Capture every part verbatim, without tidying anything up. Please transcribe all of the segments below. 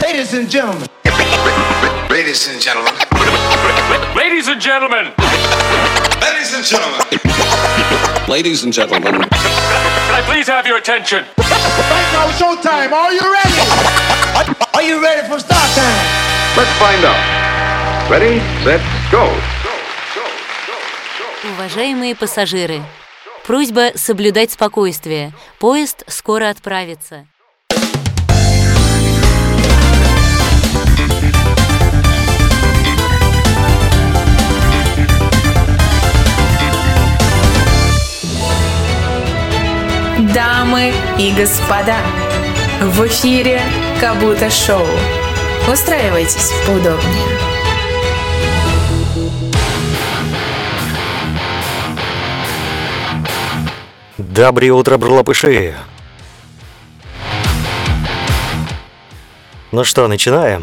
Ladies and gentlemen. Ladies and gentlemen. Ladies and gentlemen. Ladies and gentlemen. Ladies and gentlemen. Can I please have your attention? Right now, showtime. Are you ready? Are you ready for start time? Let's find out. Ready, set, go. Уважаемые пассажиры, просьба соблюдать спокойствие. Поезд скоро отправится. Дамы и господа, в эфире Кабуто Шоу. Устраивайтесь поудобнее. Доброе утро, брлапыши! Ну что, начинаем?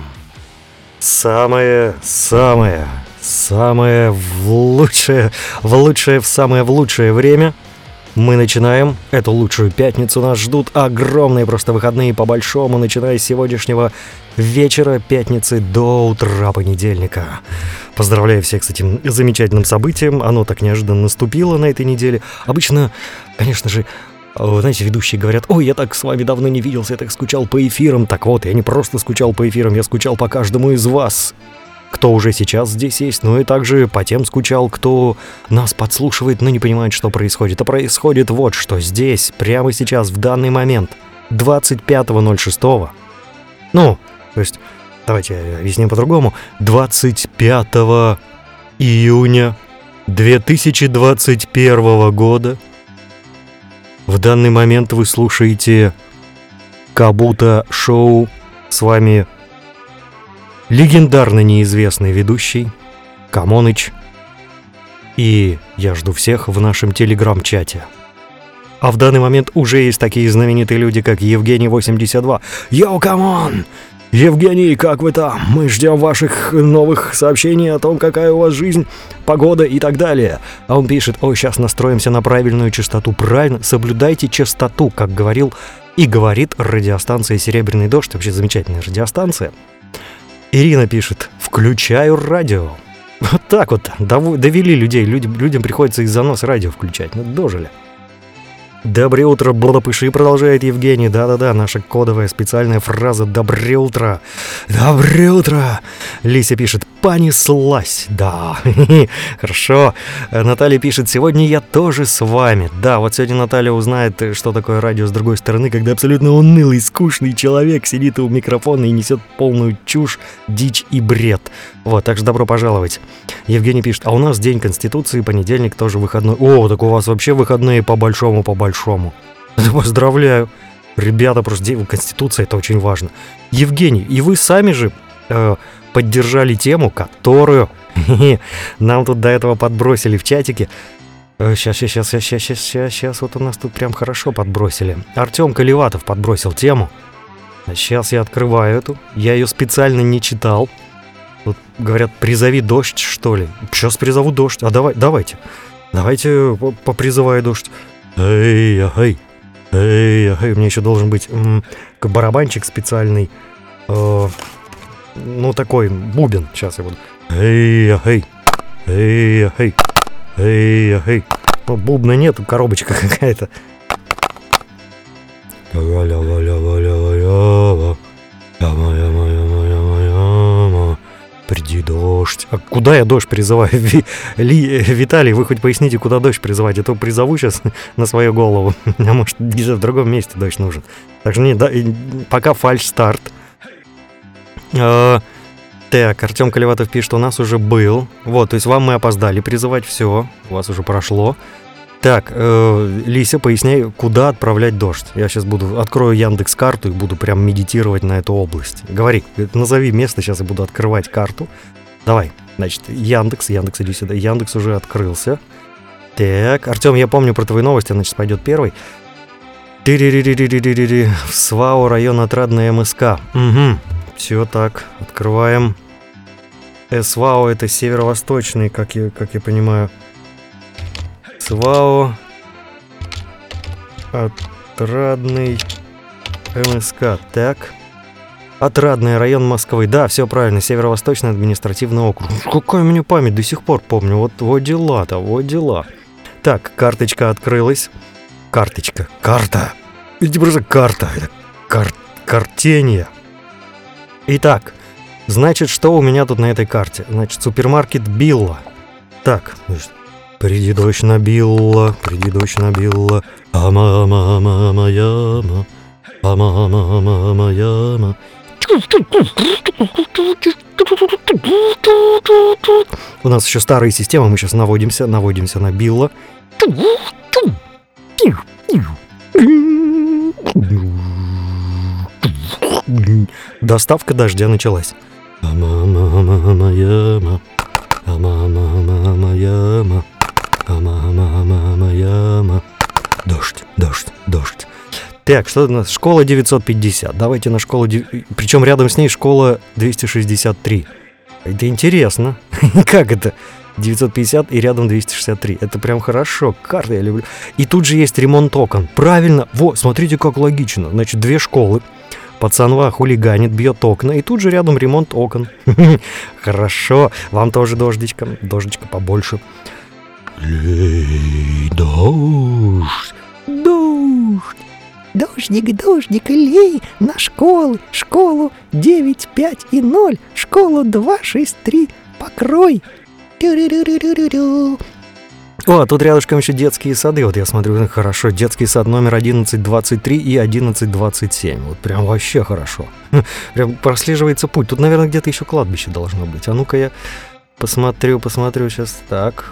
Самое, самое, самое в лучшее, в лучшее, в самое в лучшее время мы начинаем. Эту лучшую пятницу нас ждут огромные просто выходные по-большому, начиная с сегодняшнего вечера пятницы до утра понедельника. Поздравляю всех с этим замечательным событием. Оно так неожиданно наступило на этой неделе. Обычно, конечно же, знаете, ведущие говорят: ой, я так с вами давно не виделся, я так скучал по эфирам. Так вот, я не просто скучал по эфирам, я скучал по каждому из вас, кто уже сейчас здесь есть, но и также по тем скучал, кто нас подслушивает, но не понимает, что происходит. А происходит вот что. Здесь, прямо сейчас, в данный момент, двадцать пятого ноль шестого, ну, то есть, давайте объясним по-другому, двадцать пятого июня две тысячи двадцать первого года, в данный момент вы слушаете Кабуто Шоу. С вами легендарно неизвестный ведущий Камоныч. И я жду всех в нашем телеграм-чате. А в данный момент уже есть такие знаменитые люди, как Евгений восемьдесят два. Йоу, камон! Евгений, как вы там? Мы ждем ваших новых сообщений о том, какая у вас жизнь, погода и так далее. А он пишет: ой, сейчас настроимся на правильную частоту. Правильно, соблюдайте частоту, как говорил и говорит радиостанция «Серебряный дождь». Вообще замечательная радиостанция. Ирина пишет: включаю радио. Вот так вот довели людей. Людям, людям приходится из-за нас радио включать. Ну, дожили. Доброе утро, блапыши, продолжает Евгений. Да-да-да, наша кодовая специальная фраза «Доброе утро». Доброе утро. Лися пишет: понеслась. Да, хорошо. Наталья пишет: сегодня я тоже с вами. Да, вот сегодня Наталья узнает, что такое радио с другой стороны, когда абсолютно унылый, скучный человек сидит у микрофона и несет полную чушь, дичь и бред. Вот, так что добро пожаловать. Евгений пишет: а у нас День Конституции, понедельник тоже выходной. О, так у вас вообще выходные по-большому, по-большому. Поздравляю. Ребята, просто День Конституции, это очень важно. Евгений, и вы сами же э, поддержали тему, которую нам тут до этого подбросили в чатике. Сейчас, сейчас, сейчас, сейчас, сейчас, сейчас, сейчас, вот у нас тут прям хорошо подбросили. Артем Колеватов подбросил тему. Сейчас я открываю эту. Я ее специально не читал. Тут говорят: призови дождь, что ли? Сейчас призову дождь. А давай, давайте. Давайте попризываю дождь. Эй, эй, эй, эй. У меня еще должен быть м- барабанчик специальный. Э- ну, такой бубен. Сейчас я буду. Эй, эй, эй, эй, эй, эй. Ну, бубна нет, коробочка какая-то. Приди дождь. А куда я дождь призываю? Ви, Ли, Виталий, вы хоть поясните, куда дождь призывать? Я то призову сейчас на свою голову. А может, где-то в другом месте дождь нужен. Так что не, да, пока фальш-старт. А, так, Артем Колеватов пишет: у нас уже был. Вот, то есть вам мы опоздали призывать, все, у вас уже прошло. Так, э, Лися, поясняй, куда отправлять дождь. Я сейчас буду, открою Яндекс.Карту и буду прям медитировать на эту область. Говори, назови место, сейчас я буду открывать карту. Давай, значит, Яндекс, Яндекс, иди сюда. Яндекс уже открылся. Так, Артем, я помню про твои новости, значит, пойдет первый. Ти-ри-ри-ри-ри-ри-ри. В СВАО, район Отрадный, МСК. Угу, все так, открываем. СВАО — это северо-восточный, как я, как я понимаю. СВАО, Отрадный, МСК. Так. Отрадный район Москвы. Да, все правильно, Северо-Восточный административный округ. Какая у меня память, до сих пор помню. Вот, вот дела-то, вот дела. Так, карточка открылась. Карточка, карта. Это просто карта. Это кар- картение. Итак, значит, что у меня тут на этой карте? Значит, супермаркет Билла. Так, значит, приди дождь на Билла, приди дождь на Билла. А мама, мама, яма. А мама, мама, яма. У нас еще старые системы, мы сейчас наводимся, наводимся на Билла. Доставка дождя началась. А мама, мама, яма. А мама, мама, яма. А мама, мама, яма. Дождь, дождь, дождь. Так, что у нас? Школа девятьсот пятьдесят. Давайте на школу... Причем рядом с ней школа двести шестьдесят три. Это интересно. Как это? девятьсот пятьдесят и рядом двести шестьдесят три. Это прям хорошо. Карты я люблю. И тут же есть ремонт окон. Правильно. Во, смотрите, как логично. Значит, две школы. Пацанва хулиганит, бьет окна. И тут же рядом ремонт окон. Хорошо. Вам тоже дождичка. Дождичка побольше. Лей, дождь. Дождь. Дождик, дождик, лей на школы, школу девять, пять и ноль, школу два, шесть, три, покрой. О, а тут рядышком еще детские сады, вот я смотрю, хорошо, детский сад номер одиннадцать двадцать три и одиннадцать двадцать семь, вот прям вообще хорошо. Прям прослеживается путь, тут, наверное, где-то еще кладбище должно быть. А ну-ка я посмотрю, посмотрю сейчас, так.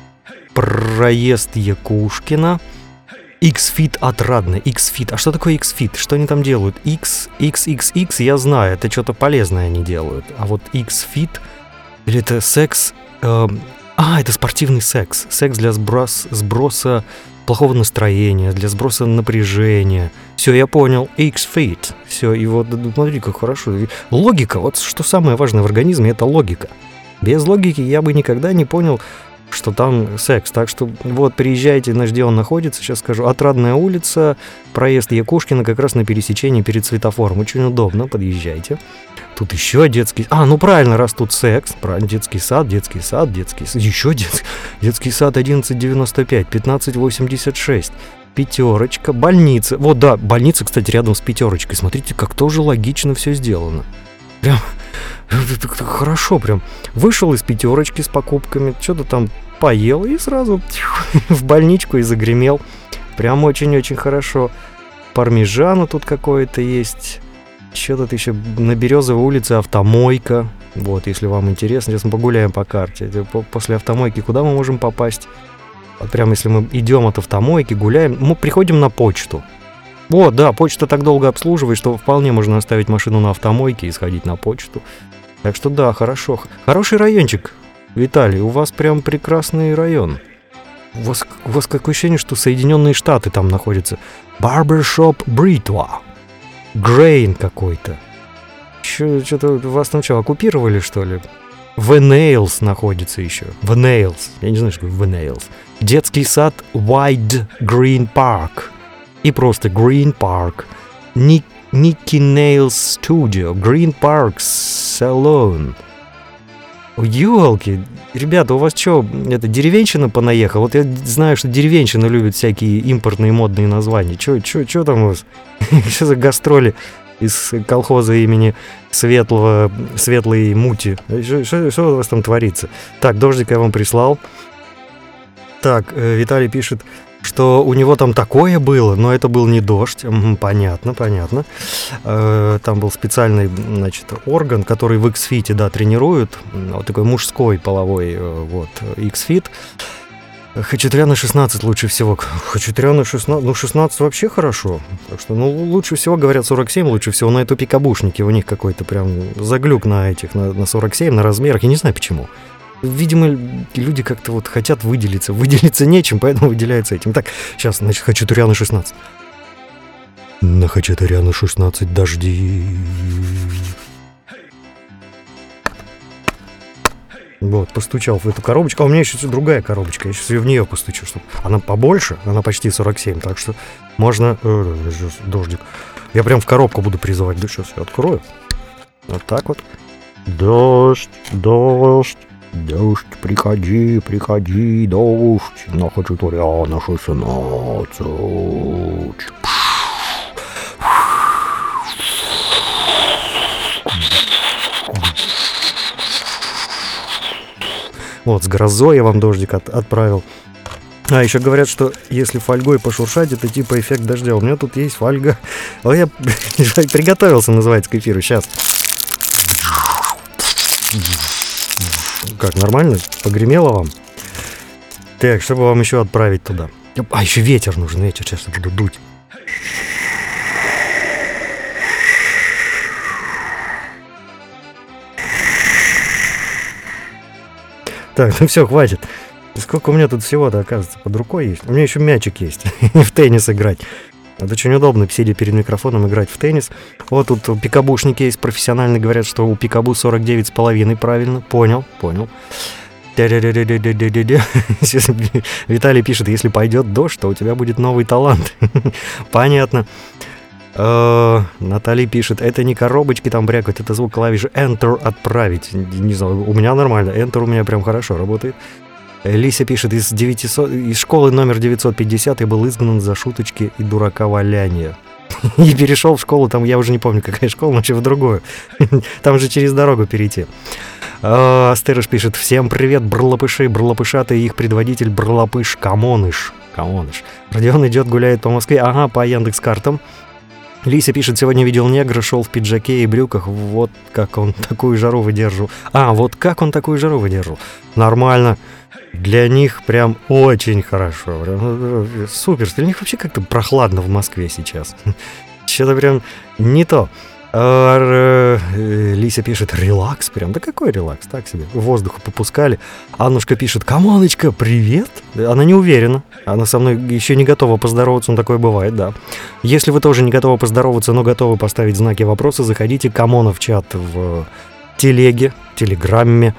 Проезд Якушкина. X-Fit Отрадный, X-Fit. А что такое X-Fit? Что они там делают? X, X, X, X, я знаю, это что-то полезное они делают. А вот X-Fit, или это секс... Э, а, это спортивный секс. Секс для сброс, сброса плохого настроения, для сброса напряжения. Все, я понял. X-Fit. Все, и вот, смотри, как хорошо. Логика, вот что самое важное в организме, это логика. Без логики я бы никогда не понял, что там секс. Так что вот, приезжайте, на где он находится, сейчас скажу. Отрадная улица, проезд Якушкина, как раз на пересечении перед светофором. Очень удобно, подъезжайте. Тут еще детский... А, ну правильно, раз тут секс. Правильно, детский сад, детский сад, детский сад. Еще детский, детский сад одиннадцать девяносто пять, пятнадцать восемьдесят шесть. Пятерочка, больница. Вот, да, больница, кстати, рядом с пятерочкой. Смотрите, как тоже логично все сделано. Прям... Хорошо прям. Вышел из пятерочки с покупками, что-то там поел и сразу в больничку и загремел. Прям очень-очень хорошо. Пармижано тут какое-то есть. Что-то еще на Березовой улице автомойка. Вот, если вам интересно, сейчас мы погуляем по карте. После автомойки куда мы можем попасть? Вот прям если мы идем от автомойки, гуляем, мы приходим на почту. Вот, да, почта так долго обслуживает, что вполне можно оставить машину на автомойке и сходить на почту. Так что да, хорошо. Хороший райончик, Виталий, у вас прям прекрасный район. У вас, у вас какое ощущение, что Соединенные Штаты там находятся. Барбершоп Бритва. Грейн какой-то. Что-то вас там что, оккупировали, что ли? Венейлс находится еще. Венейлс. Я не знаю, что такое Венейлс. Детский сад Wide Green Park. И просто Green Park. Ник Никки Нейлс Studio, Green Park Salon. Ёлки, ребята, у вас что, это деревенщина понаехала? Вот я знаю, что деревенщина любит всякие импортные модные названия. Чё, чё, чё там у вас? Что за гастроли из колхоза имени Светлого, Светлой Мути? Что, что у вас там творится? Так, дождик я вам прислал. Так, Виталий пишет, что у него там такое было, но это был не дождь. Понятно, понятно. Там был специальный, значит, орган, который в X-Fit, да, тренируют. Вот такой мужской половой, вот, X-Fit. Хачатуряна шестнадцать лучше всего. Хачатуряна шестнадцать, ну шестнадцать вообще хорошо. Так что, ну, лучше всего, говорят, сорок семь лучше всего. На это пикабушники, у них какой-то прям заглюк на этих, на, на сорок семь, на размерах. Я не знаю почему. Видимо, люди как-то вот хотят выделиться. Выделиться нечем, поэтому выделяются этим. Так, сейчас, значит, Хачатуряна шестнадцать. На Хачатуряна шестнадцать дожди. Вот, постучал в эту коробочку. А у меня еще другая коробочка. Я сейчас ее в нее постучу, чтобы она побольше. Она почти сорок семь, так что можно... Э, дождик. Я прям в коробку буду призывать. Да сейчас я открою. Вот так вот. Дождь, дождь, дождь, приходи, приходи, дождь, на Хачатуряна шестнадцать. Вот, с грозой я вам дождик от, отправил. А, еще говорят, что если фольгой пошуршать, это типа эффект дождя. У меня тут есть фольга. А я приготовился, называется, к эфиру. Сейчас. Как, нормально? Погремело вам? Так, чтобы вам еще отправить туда. А, еще ветер нужен. Ветер, сейчас я буду дуть. Так, ну все, хватит. Сколько у меня тут всего-то, оказывается, под рукой есть. У меня еще мячик есть. В теннис играть. Это очень удобно, сидя перед микрофоном, играть в теннис. Вот тут пикабушники есть профессиональные. Говорят, что у пикабу сорок девять с половиной правильно. Понял, понял. Виталий пишет, если пойдет дождь, то у тебя будет новый талант. Понятно. Наталья пишет, это не коробочки там брякают, это звук клавиши Enter отправить. Не знаю, у меня нормально. Enter у меня прям хорошо работает. Лися пишет, из, девятисот, из школы номер девятьсот пятьдесят я был изгнан за шуточки и дурака валяния. И перешел в школу, там я уже не помню, какая школа, но в другую. Там же через дорогу перейти. Астерыш пишет, всем привет, брлапыши, брлапышатый, их предводитель Брлапыш Камоныш. Камоныш. Родион идет, гуляет по Москве, ага, по Яндекс.Картам. Лися пишет, сегодня видел негра, шел в пиджаке и брюках, вот как он такую жару выдерживал. А, вот как он такую жару выдерживал. Нормально. Для них прям очень хорошо. Прям супер. Для них вообще как-то прохладно в Москве сейчас. Что-то прям не то. А, Лися пишет, релакс прям. Да какой релакс? Так себе. Воздуха попускали. Аннушка пишет, Камоночка, привет. Она не уверена. Она со мной еще не готова поздороваться. Ну, такое бывает, да. Если вы тоже не готовы поздороваться, но готовы поставить знаки вопроса, заходите к Камону в чат в телеге, телеграмме.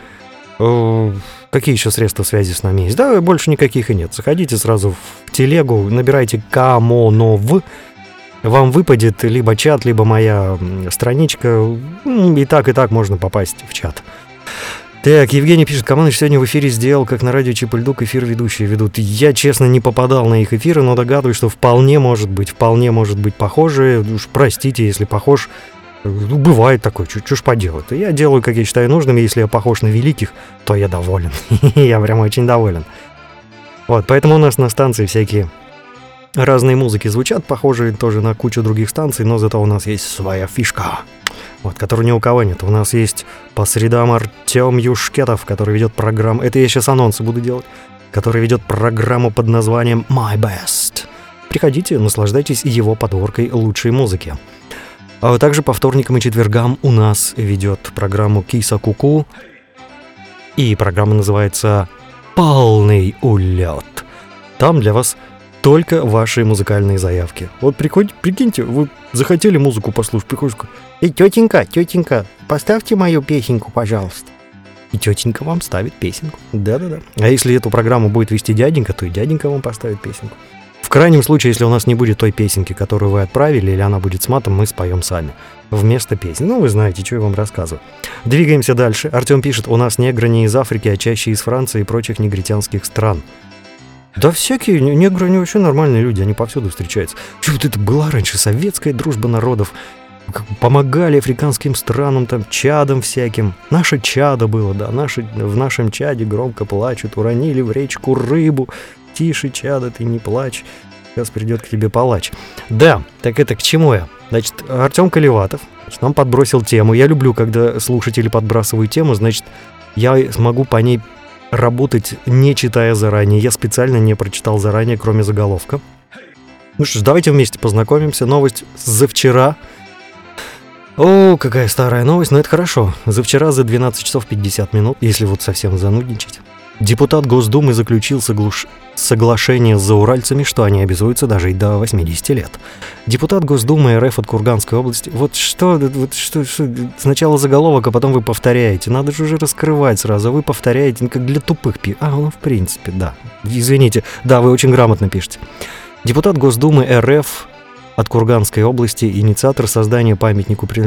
Какие еще средства связи с нами есть? Да, больше никаких и нет. Заходите сразу в телегу, набирайте Камонов. Вам выпадет либо чат, либо моя страничка. И так, и так можно попасть в чат. Так, Евгений пишет, Камоныч сегодня в эфире сделал, как на радио Чип-Льдук эфир ведущие ведут. Я, честно, не попадал на их эфиры, но догадываюсь, что вполне может быть, вполне может быть похожие. Уж простите, если похож. Ну, бывает такое, что ж поделать. Я делаю, как я считаю нужным, если я похож на великих, то я доволен. Я прям очень доволен. Вот, поэтому у нас на станции всякие разные музыки звучат, похожие тоже на кучу других станций, но зато у нас есть своя фишка, вот, которой ни у кого нет. У нас есть по средам Артем Юшкетов, который ведет программу, это я сейчас анонсы буду делать, который ведет программу под названием My Best. Приходите, наслаждайтесь его подборкой лучшей музыки. А также по вторникам и четвергам у нас ведет программу Киса Куку. И программа называется «Полный улет». Там для вас только ваши музыкальные заявки. Вот приходите, прикиньте, вы захотели музыку послушать, приходишь, эй, тетенька, тетенька, поставьте мою песенку, пожалуйста. И тетенька вам ставит песенку. Да-да-да. А если эту программу будет вести дяденька, то и дяденька вам поставит песенку. В крайнем случае, если у нас не будет той песенки, которую вы отправили, или она будет с матом, мы споем сами. Вместо песни. Ну, вы знаете, что я вам рассказываю. Двигаемся дальше. Артем пишет, у нас негры не из Африки, а чаще из Франции и прочих негритянских стран. Да всякие негры, они вообще нормальные люди, они повсюду встречаются. Что вот это была раньше советская дружба народов. Помогали африканским странам, там, чадам всяким. Наше чадо было, да, наши, в нашем чаде громко плачут, уронили в речку рыбу. Тише, чадо, ты не плачь, сейчас придет к тебе палач. Да, так это к чему я? Значит, Артем Колеватов значит, нам подбросил тему. Я люблю, когда слушатели подбрасывают тему, значит, я смогу по ней работать, не читая заранее. Я специально не прочитал заранее, кроме заголовка. Ну что ж, давайте вместе познакомимся. Новость за вчера. О, какая старая новость, но это хорошо. За вчера за двенадцать часов пятьдесят минут, если вот совсем занудничать. Депутат Госдумы заключил соглуш... соглашение с зауральцами, что они обязуются дожить до восьмидесяти лет. Депутат Госдумы РФ от Курганской области. Вот что, вот что, что, сначала заголовок, а потом вы повторяете. Надо же уже раскрывать сразу. Вы повторяете, как для тупых пи. А, ну в принципе, да. Извините, да, вы очень грамотно пишете. Депутат Госдумы РФ от Курганской области, инициатор создания памятнику при...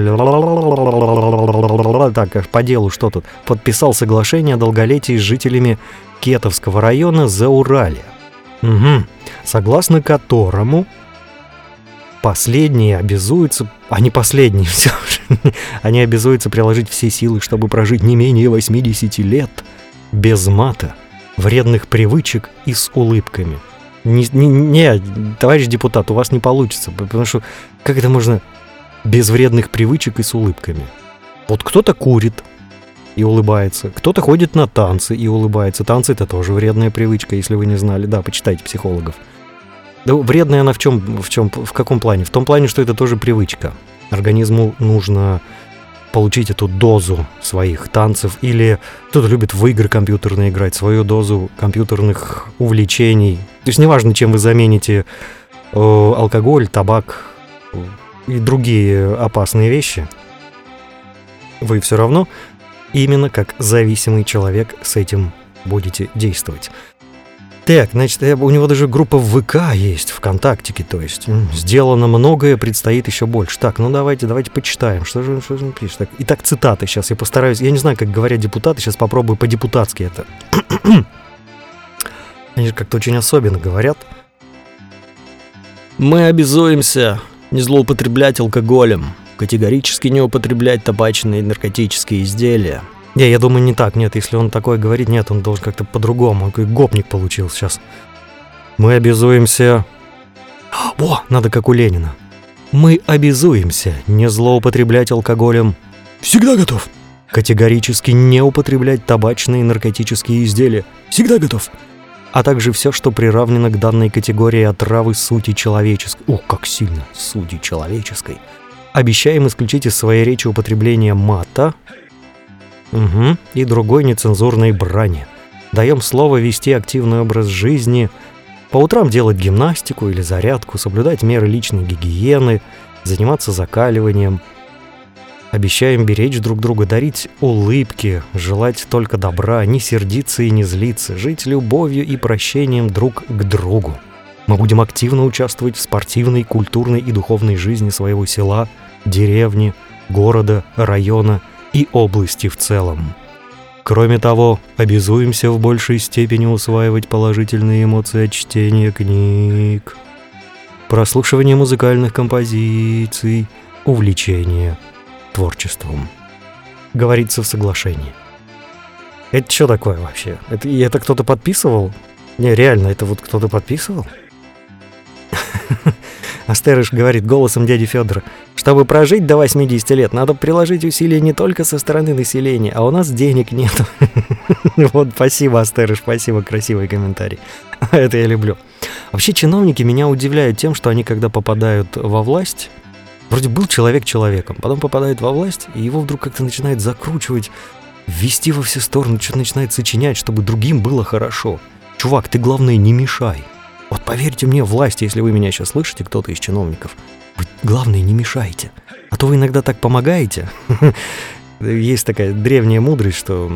Так, по делу что тут? Подписал соглашение о долголетии с жителями Кетовского района Зауралья. Угу. Согласно которому последние обязуются... А не последние, все же. Они обязуются приложить все силы, чтобы прожить не менее восемьдесят лет без мата, вредных привычек и с улыбками. Не, не, не, товарищ депутат, у вас не получится, потому что как это можно без вредных привычек и с улыбками? Вот кто-то курит и улыбается, кто-то ходит на танцы и улыбается. Танцы — это тоже вредная привычка, если вы не знали. Да, почитайте психологов. Да, вредная она в чем, в чем, в каком плане? В том плане, что это тоже привычка. Организму нужно получить эту дозу своих танцев, или кто-то любит в игры компьютерные играть, свою дозу компьютерных увлечений. То есть неважно, чем вы замените э, алкоголь, табак и другие опасные вещи, вы все равно именно как зависимый человек с этим будете действовать. Так, значит, у него даже группа в ВК есть, ВКонтактике, то есть сделано многое, предстоит еще больше. Так, ну давайте, давайте почитаем, что же, что же он пишет. Так, итак, цитаты сейчас я постараюсь, я не знаю, как говорят депутаты, сейчас попробую по-депутатски это. Они же как-то очень особенно говорят. Мы обязуемся не злоупотреблять алкоголем, категорически не употреблять табачные и наркотические изделия. Не, я думаю, не так. Нет, если он такое говорит, нет, он должен как-то по-другому. Он как гопник получился сейчас. Мы обязуемся... О, надо как у Ленина. Мы обязуемся не злоупотреблять алкоголем. Всегда готов. Категорически не употреблять табачные и наркотические изделия. Всегда готов. А также все, что приравнено к данной категории отравы сути человеческой. Ух, как сильно. Сути человеческой. Обещаем исключить из своей речи употребление мата... Угу. И другой нецензурной брани. Даем слово вести активный образ жизни, по утрам делать гимнастику или зарядку, соблюдать меры личной гигиены, заниматься закаливанием. Обещаем беречь друг друга, дарить улыбки, желать только добра, не сердиться и не злиться, жить любовью и прощением друг к другу. Мы будем активно участвовать в спортивной, культурной и духовной жизни своего села, деревни, города, района и области в целом. Кроме того, обязуемся в большей степени усваивать положительные эмоции от чтения книг, прослушивания музыкальных композиций, увлечения творчеством. Говорится в соглашении. Это что такое вообще? Это, и это кто-то подписывал? Не, реально, это вот кто-то подписывал? Астерыш говорит голосом дяди Федора: чтобы прожить до восьмидесяти лет, надо приложить усилия не только со стороны населения, а у нас денег нет. Вот, спасибо, Астерыш, спасибо, красивый комментарий. Это я люблю. Вообще, чиновники меня удивляют тем, что они, когда попадают во власть, вроде был человек человеком, потом попадает во власть, и его вдруг как-то начинает закручивать, вести во все стороны, что-то начинает сочинять, чтобы другим было хорошо. Чувак, ты, главное, не мешай. Вот поверьте мне, власть, если вы меня сейчас слышите, кто-то из чиновников, вы, главное, не мешайте. А то вы иногда так помогаете. Есть такая древняя мудрость, что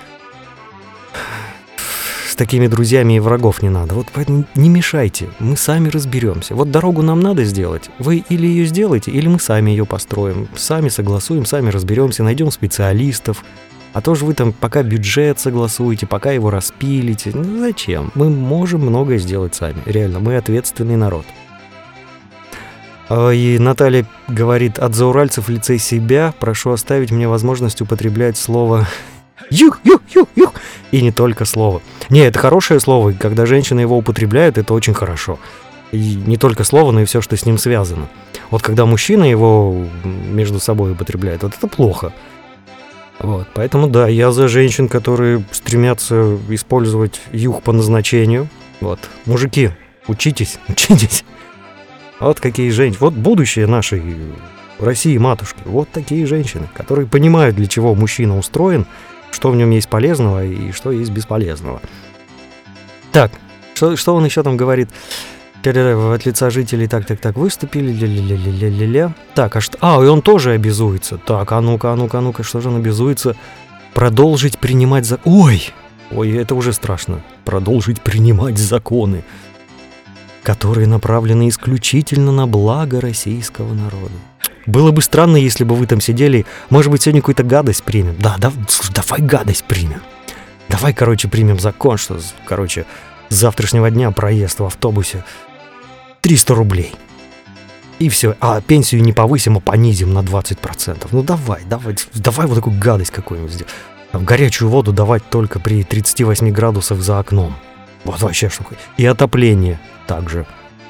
с такими друзьями и врагов не надо. Вот поэтому не мешайте, мы сами разберемся. Вот дорогу нам надо сделать, вы или ее сделаете, или мы сами ее построим. Сами согласуем, сами разберемся, найдем специалистов. А то же вы там пока бюджет согласуете, пока его распилите. Ну зачем? Мы можем многое сделать сами. Реально, мы ответственный народ. И Наталья говорит: от зауральцев в лице себя прошу оставить мне возможность употреблять слово «юх, юх, юх, юх». И не только слово. Не, это хорошее слово, и когда женщины его употребляют, это очень хорошо. И не только слово, но и все, что с ним связано. Вот когда мужчина его между собой употребляет, вот это плохо. Вот, поэтому да, я за женщин, которые стремятся использовать юг по назначению. Вот, мужики, учитесь, учитесь. Вот какие женщины, вот будущее нашей России, матушки. Вот такие женщины, которые понимают, для чего мужчина устроен, что в нем есть полезного и что есть бесполезного. Так, что, что он еще там говорит? От лица жителей так-так-так выступили, ля-ля-ля-ля-ля-ля. Так, а что? А, и он тоже обязуется. Так, а ну-ка, а ну-ка, а ну-ка, что же он обязуется? Продолжить принимать законы. Ой, ой, это уже страшно. Продолжить принимать законы. которые направлены исключительно на благо российского народа. Было бы странно, если бы вы там сидели, может быть, сегодня какую-то гадость примем. Да, да, давай гадость примем. Давай, короче, примем закон, что, короче, с завтрашнего дня проезд в автобусе триста рублей. И все. А пенсию не повысим, а понизим на двадцать процентов. Ну давай, давай, давай вот такую гадость какую-нибудь сделать. Там горячую воду давать только при тридцати восьми градусах за окном. Вот вообще что. И отопление также.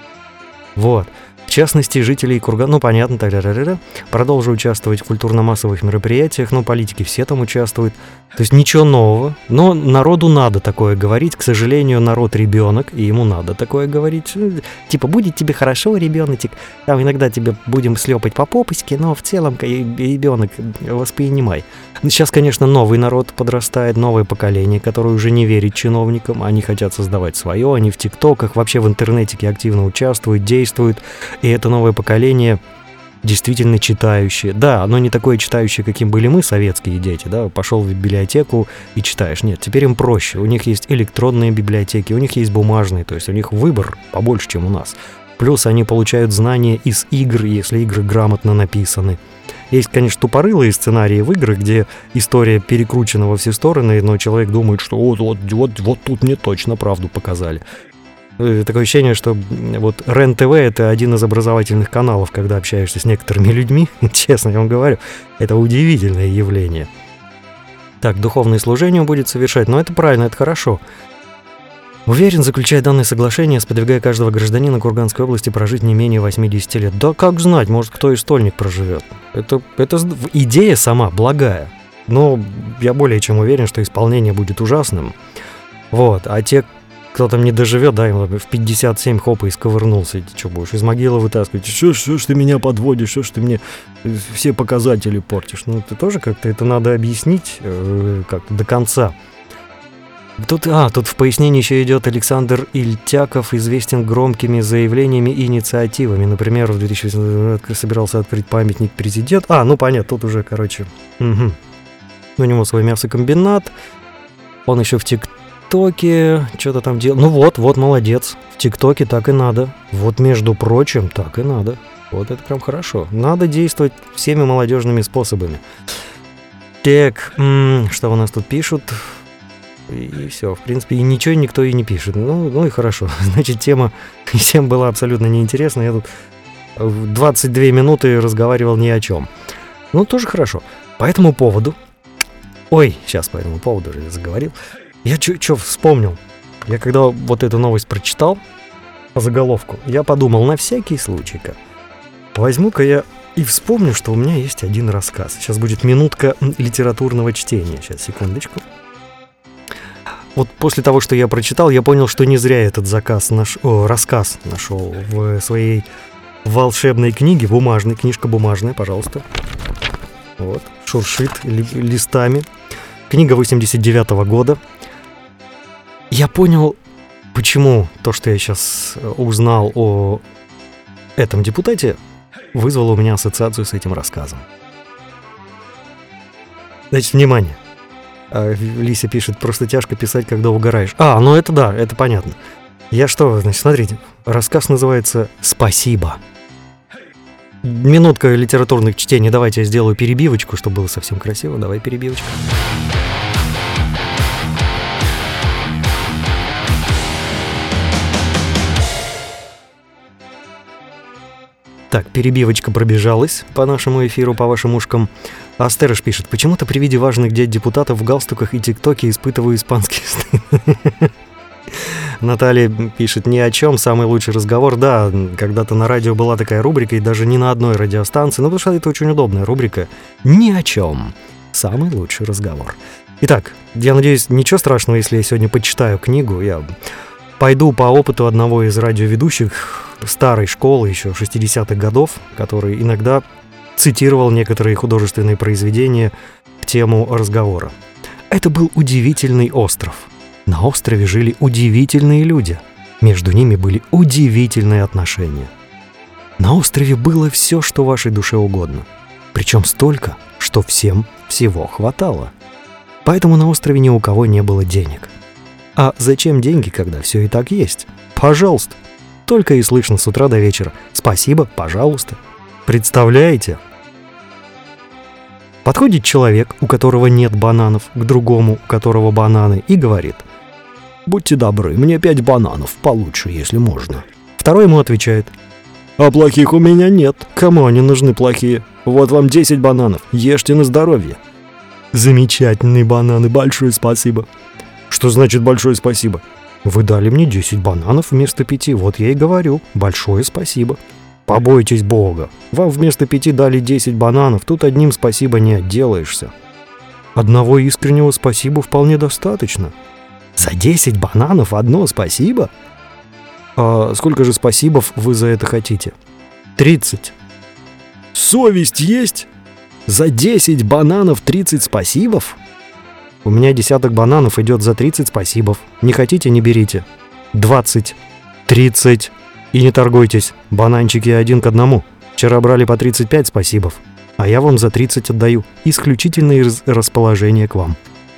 Вот. В частности, жители Кургана, ну понятно, та-ра-ра-ра, продолжу участвовать в культурно-массовых мероприятиях, ну политики все там участвуют. То есть ничего нового, но народу надо такое говорить. К сожалению, народ ребенок, и ему надо такое говорить. Типа, будет тебе хорошо, ребеночек, там иногда тебе будем слепать по попочке, но в целом, ребенок, воспринимай. Сейчас, конечно, новый народ подрастает, новое поколение, которое уже не верит чиновникам, они хотят создавать свое, они в тиктоках, вообще в интернетике активно участвуют, действуют. И это новое поколение действительно читающее. Да, оно не такое читающее, каким были мы, советские дети, да, пошел в библиотеку и читаешь. Нет, теперь им проще. У них есть электронные библиотеки, у них есть бумажные, то есть у них выбор побольше, чем у нас. Плюс они получают знания из игр, если игры грамотно написаны. Есть, конечно, тупорылые сценарии в играх, где история перекручена во все стороны, но человек думает, что вот, вот, вот, вот тут мне точно правду показали. Такое ощущение, что вот РЕН-ТВ — это один из образовательных каналов, когда общаешься с некоторыми людьми, честно я вам говорю, это удивительное явление. Так, духовное служение он будет совершать, но это правильно, это хорошо. Уверен, заключая данное соглашение, сподвигая каждого гражданина Курганской области прожить не менее восьмидесяти лет. Да как знать, может, кто и стольник проживет. Это, это идея сама благая, но я более чем уверен, что исполнение будет ужасным. Вот, а те, кто там не доживет, да, в пятьдесят семь хоп и сковырнулся, ты что будешь из могилы вытаскивать? Что, что ж ты меня подводишь, что ж ты мне все показатели портишь? Ну, ты тоже как-то это надо объяснить э, как-то до конца. Тут, а, тут в пояснении еще идет Александр Ильтяков, известен громкими заявлениями и инициативами. Например, в две тысячи восемнадцатом собирался открыть памятник президенту. А, ну понятно, тут уже, короче, угу. У него свой мясокомбинат, он еще в ТикТоке что-то там делал. Ну вот, вот, молодец, в ТикТоке так и надо. Вот, между прочим, так и надо. Вот это прям хорошо. Надо действовать всеми молодежными способами. Так, м-м, что у нас тут пишут? И все, в принципе, и ничего никто и не пишет. Ну, ну и хорошо. Значит, тема всем была абсолютно неинтересна. Я тут двадцать две минуты разговаривал ни о чем. Ну, тоже хорошо. По этому поводу... Ой, сейчас по этому поводу уже заговорил. Я что вспомнил? Я когда вот эту новость прочитал по заголовку, я подумал, на всякий случай-ка возьму-ка я и вспомню, что у меня есть один рассказ. Сейчас будет минутка литературного чтения. Сейчас, секундочку. Вот после того, что я прочитал, я понял, что не зря этот заказ наш, о, рассказ нашел в своей волшебной книге, бумажной, книжка бумажная, пожалуйста. Вот, шуршит ли, листами. Книга восемьдесят девятого года. Я понял, почему то, что я сейчас узнал о этом депутате, вызвало у меня ассоциацию с этим рассказом. Значит, внимание. А Лися пишет, просто тяжко писать, когда угораешь. А, ну это да, это понятно. Я что, значит, смотрите, рассказ называется «Спасибо». Минутка литературных чтений, давайте я сделаю перебивочку, чтобы было совсем красиво. Давай перебивочка. Так, перебивочка пробежалась по нашему эфиру, по вашим ушкам. Астерыш пишет, почему-то при виде важных депутатов в галстуках и тиктоке испытываю испанский стыд. Наталья пишет, ни о чем, самый лучший разговор. Да, когда-то на радио была такая рубрика, и даже не на одной радиостанции, но потому что это очень удобная рубрика. Ни о чем, самый лучший разговор. Итак, я надеюсь, ничего страшного, если я сегодня почитаю книгу. Я пойду по опыту одного из радиоведущих старой школы еще шестидесятых годов, который иногда цитировал некоторые художественные произведения к тему разговора. Это был удивительный остров. На острове жили удивительные люди. Между ними были удивительные отношения. На острове было все, что вашей душе угодно. Причем столько, что всем всего хватало. Поэтому на острове ни у кого не было денег. А зачем деньги, когда все и так есть? Пожалуйста. только и слышно с утра до вечера. Спасибо, пожалуйста. Представляете? Подходит человек, у которого нет бананов, к другому, у которого бананы, и говорит: «Будьте добры, мне пять бананов, получше, если можно». Второй ему отвечает: «А плохих у меня нет. Кому они нужны плохие? Вот вам десять бананов, ешьте на здоровье». «Замечательные бананы, большое спасибо». «Что значит большое спасибо?» «Вы дали мне десять бананов вместо пяти, вот я и говорю, большое спасибо». «Побойтесь Бога, вам вместо пяти дали десять бананов, тут одним спасибо не отделаешься». «Одного искреннего спасибо вполне достаточно». «За десять бананов одно спасибо?» «А сколько же спасибов вы за это хотите?» «Тридцать». «Совесть есть? За десять бананов тридцать спасибов?» «У меня десяток бананов идет за тридцать спасибов. Не хотите — не берите». «Двадцать». «Тридцать». «И не торгуйтесь, бананчики один к одному. Вчера брали по тридцать пять спасибов, а я вам за тридцать отдаю. Исключительное из расположения к вам».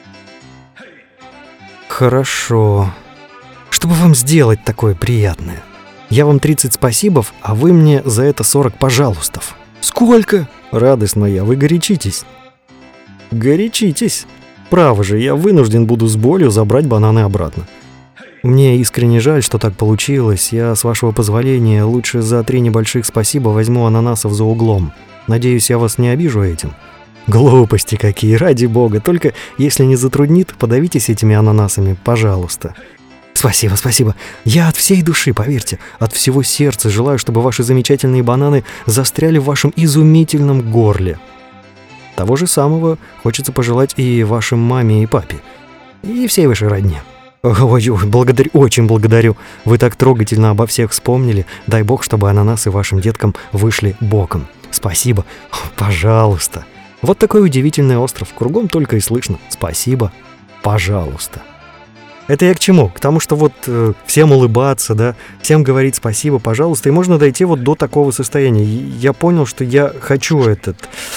«Хорошо. Что бы вам сделать такое приятное? Я вам тридцать спасибов, а вы мне за это сорок пожалуйстов». «Сколько?» «Радость моя, вы горячитесь». «Горячитесь. Право же, я вынужден буду с болью забрать бананы обратно. Мне искренне жаль, что так получилось. Я, с вашего позволения, лучше за три небольших спасибо возьму ананасов за углом. Надеюсь, я вас не обижу этим». «Глупости какие, ради бога. Только если не затруднит, подавитесь этими ананасами, пожалуйста». «Спасибо, спасибо. Я от всей души, поверьте, от всего сердца желаю, чтобы ваши замечательные бананы застряли в вашем изумительном горле. Того же самого хочется пожелать и вашим маме и папе, и всей вашей родне». «Ой, ой, благодарю, очень благодарю. Вы так трогательно обо всех вспомнили. Дай бог, чтобы ананасы вашим деткам вышли боком. Спасибо. Пожалуйста». Вот такой удивительный остров. Кругом только и слышно: «Спасибо, пожалуйста». Это я к чему? К тому, что вот э, всем улыбаться, да, всем говорить спасибо, пожалуйста, и можно дойти вот до такого состояния. Я понял, что я хочу этот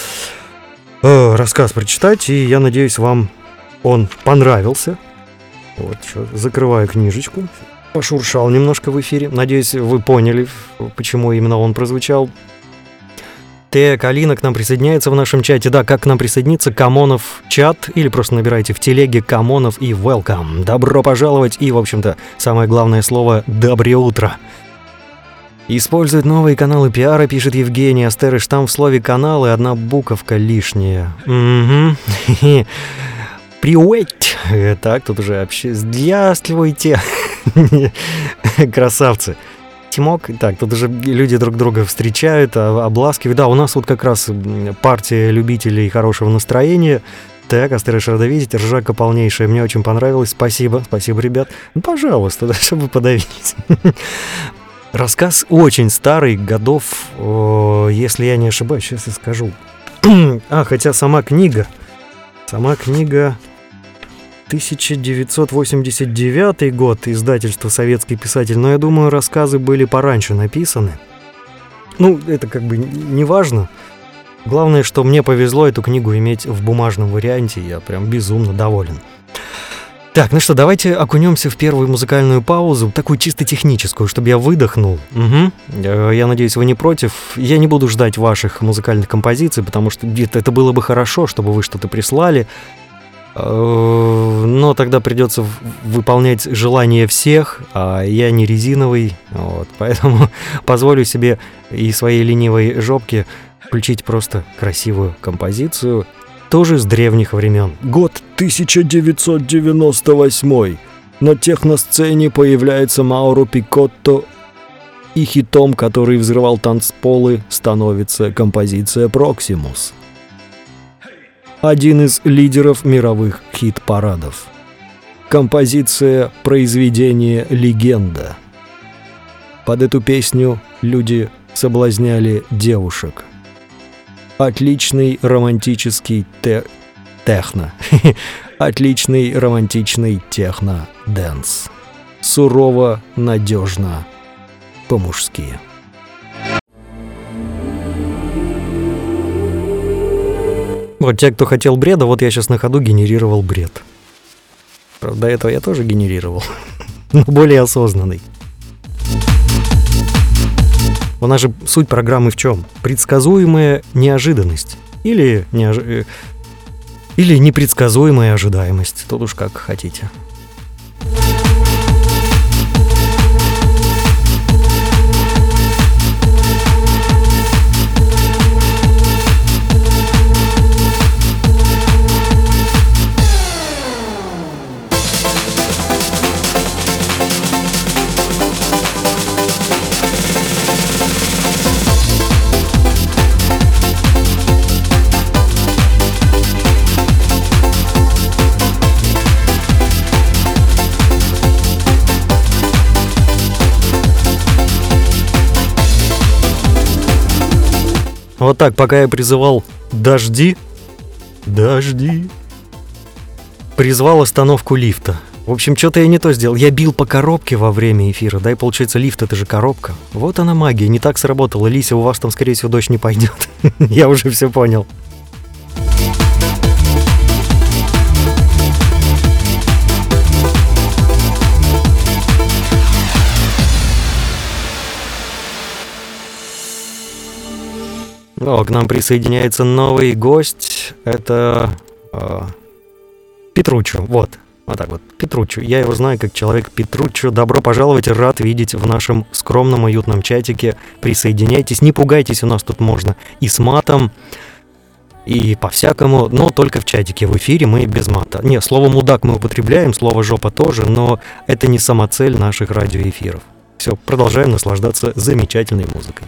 э, рассказ прочитать, и я надеюсь, вам он понравился. Вот, что, закрываю книжечку. Пошуршал немножко в эфире. Надеюсь, вы поняли, почему именно он прозвучал. Так, Алина к нам присоединяется в нашем чате. Да, как к нам присоединиться? Камонов чат, или просто набирайте в телеге Камонов и welcome. Добро пожаловать, и, в общем-то, самое главное слово — доброе утро. Используют новые каналы пиара, пишет Евгений. Астеры штамп в слове «каналы», одна буковка лишняя. Угу. Привет! Так, тут уже вообще здравствуйте. Красавцы. Тимок. Так, тут уже люди друг друга встречают, обласкивают. Да, у нас вот как раз партия любителей хорошего настроения. Так, Астеры рада видеть. Ржака полнейшая. Мне очень понравилось. Спасибо. Спасибо, ребят. Ну, пожалуйста, да, чтобы подавились. Рассказ очень старый, годов, о, если я не ошибаюсь, сейчас я скажу. А, хотя сама книга. Сама книга... тысяча девятьсот восемьдесят девятый год, издательство «Советский писатель», но я думаю, рассказы были пораньше написаны. Ну, это как бы не важно. Главное, что мне повезло эту книгу иметь в бумажном варианте, я прям безумно доволен. Так, ну что, давайте окунемся в первую музыкальную паузу, такую чисто техническую, чтобы я выдохнул. Угу. Я надеюсь, вы не против. Я не буду ждать ваших музыкальных композиций, потому что это было бы хорошо, чтобы вы что-то прислали. Но тогда придется выполнять желания всех, а я не резиновый, вот, поэтому позволю себе и своей ленивой жопке включить просто красивую композицию, тоже с древних времен. Год тысяча девятьсот девяносто восьмой. На техносцене появляется Мауро Пикотто, и хитом, который взрывал танцполы, становится композиция «Проксимус». Один из лидеров мировых хит-парадов. Композиция «Произведение легенда». Под эту песню люди соблазняли девушек. Отличный романтический те... техно. Отличный романтичный техно-дэнс. Сурово, надежно, по-мужски. Вот те, кто хотел бреда, вот я сейчас на ходу генерировал бред. Правда, до этого я тоже генерировал, но более осознанный. У нас же суть программы в чем? Предсказуемая неожиданность. Или, неож... Или непредсказуемая ожидаемость. Тут уж как хотите. Вот так, пока я призывал «дожди», «дожди», призвал остановку лифта. В общем, что-то я не то сделал. Я бил по коробке во время эфира, да, и получается лифт — это же коробка. Вот она магия, не так сработала. Лися, у вас там, скорее всего, дождь не пойдет. Я уже все понял. О, к нам присоединяется новый гость. Это э, Петруччо. Вот, вот так вот, Петруччо. Я его знаю как человек Петруччо. Добро пожаловать, рад видеть в нашем скромном, уютном чатике. Присоединяйтесь, не пугайтесь, у нас тут можно и с матом, и по-всякому, но только в чатике. В эфире мы без мата. Не, слово «мудак» мы употребляем, слово «жопа» тоже, но это не самоцель наших радиоэфиров. Все, продолжаем наслаждаться замечательной музыкой.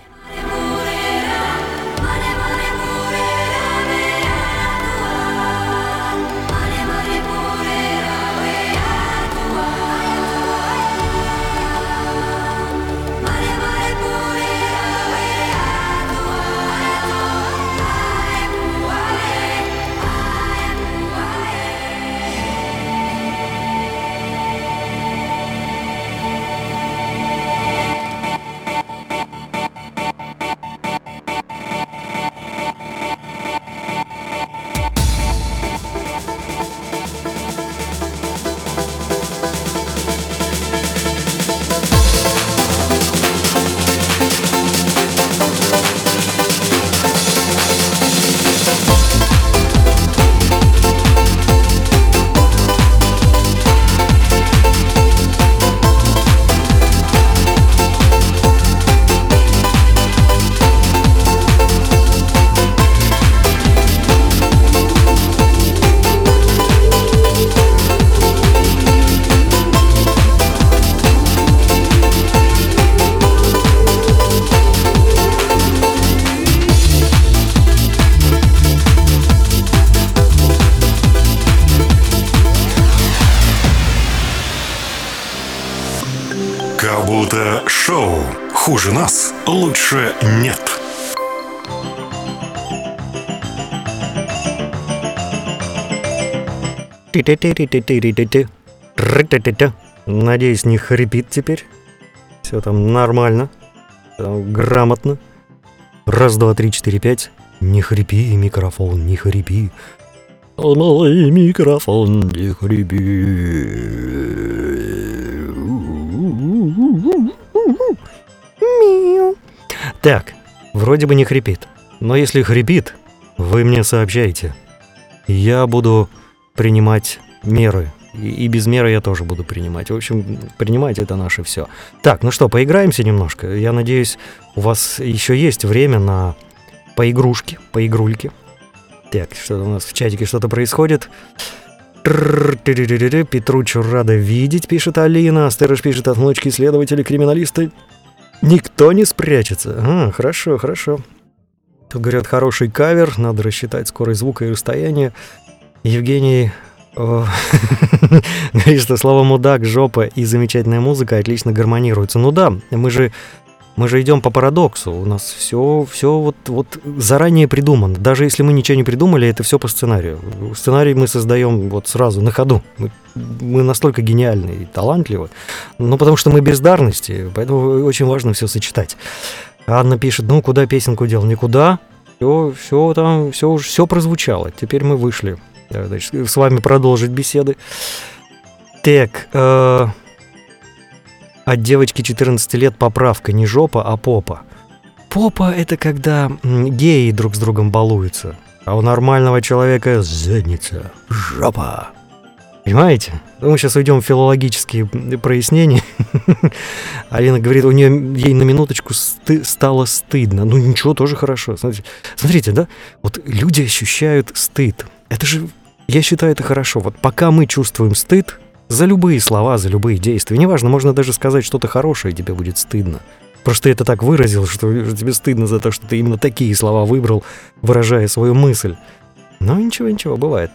Кабута Шоу. Хуже нас лучше нет. Надеюсь, не хрипит теперь. Все там нормально. Там грамотно. Раз, два, три, четыре, пять. Не хрипи, микрофон, не хрипи. Мой микрофон, не хрипи. Так, вроде бы не хрипит. Но если хрипит, вы мне сообщайте. Я буду принимать меры. И, и без меры я тоже буду принимать. В общем, принимать это наше все. Так, ну что, поиграемся немножко. Я надеюсь, у вас еще есть время на поигрушки, поигрульки. Так, что-то у нас в чатике что-то происходит. Петруччо рада видеть, пишет Алина. Астерыш пишет: от внучки следователи, криминалисты. Никто не спрячется. А, хорошо, хорошо. Тут говорят, хороший кавер, надо рассчитать скорость звука и расстояние. Евгений говорит, что слово «мудак», «жопа» и замечательная музыка отлично гармонируются. Ну да, мы же, мы же идем по парадоксу. У нас все, все вот, вот заранее придумано. Даже если мы ничего не придумали, это все по сценарию. Сценарий мы создаем вот сразу, на ходу. Мы, мы настолько гениальны и талантливы. Ну, потому что мы бездарности, поэтому очень важно все сочетать. Анна пишет, ну, куда песенку дел? Никуда. Все, все там, все уже, все прозвучало. Теперь мы вышли. Значит, с вами продолжить беседы. Так, э, От девочки четырнадцати лет поправка, не жопа, а попа. Попа — это когда геи друг с другом балуются, а у нормального человека задница, жопа. Понимаете? Мы сейчас уйдем в филологические прояснения. Алина говорит, у нее ей на минуточку сты- стало стыдно. Ну ничего, тоже хорошо. Смотрите, смотрите, да? Вот люди ощущают стыд. Это же, я считаю, это хорошо. Вот пока мы чувствуем стыд за любые слова, за любые действия, неважно, можно даже сказать что-то хорошее, и тебе будет стыдно. Просто ты это так выразил, что тебе стыдно за то, что ты именно такие слова выбрал, выражая свою мысль. Но ничего, ничего, бывает.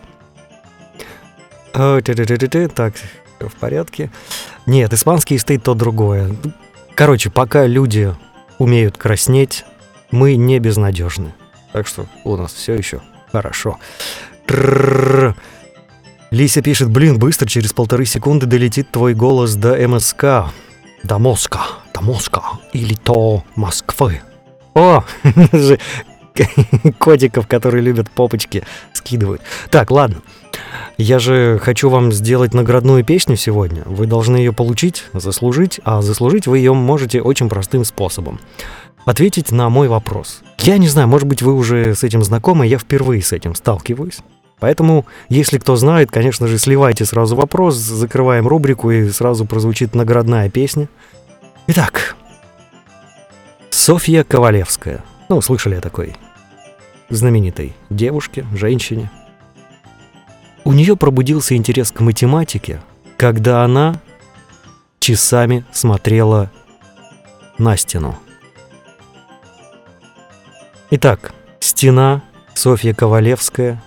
Так, в порядке. Нет, испанский стыд то другое. Короче, пока люди умеют краснеть, мы не безнадежны. Так что у нас все еще хорошо. Трррррр. Лися пишет, блин, быстро, через полторы секунды долетит твой голос до МСК. До Моска, до Моска или до Москвы. О, же котиков, которые любят попочки, скидывают. Так, ладно. Я же хочу вам сделать наградную песню сегодня. Вы должны ее получить, заслужить, а заслужить вы ее можете очень простым способом. Ответить на мой вопрос. Я не знаю, может быть, вы уже с этим знакомы, я впервые с этим сталкиваюсь. Поэтому, если кто знает, конечно же, сливайте сразу вопрос, закрываем рубрику, и сразу прозвучит наградная песня. Итак, Софья Ковалевская. Ну, слышали о такой знаменитой девушке, женщине. У нее пробудился интерес к математике, когда она часами смотрела на стену. Итак, стена, Софья Ковалевская.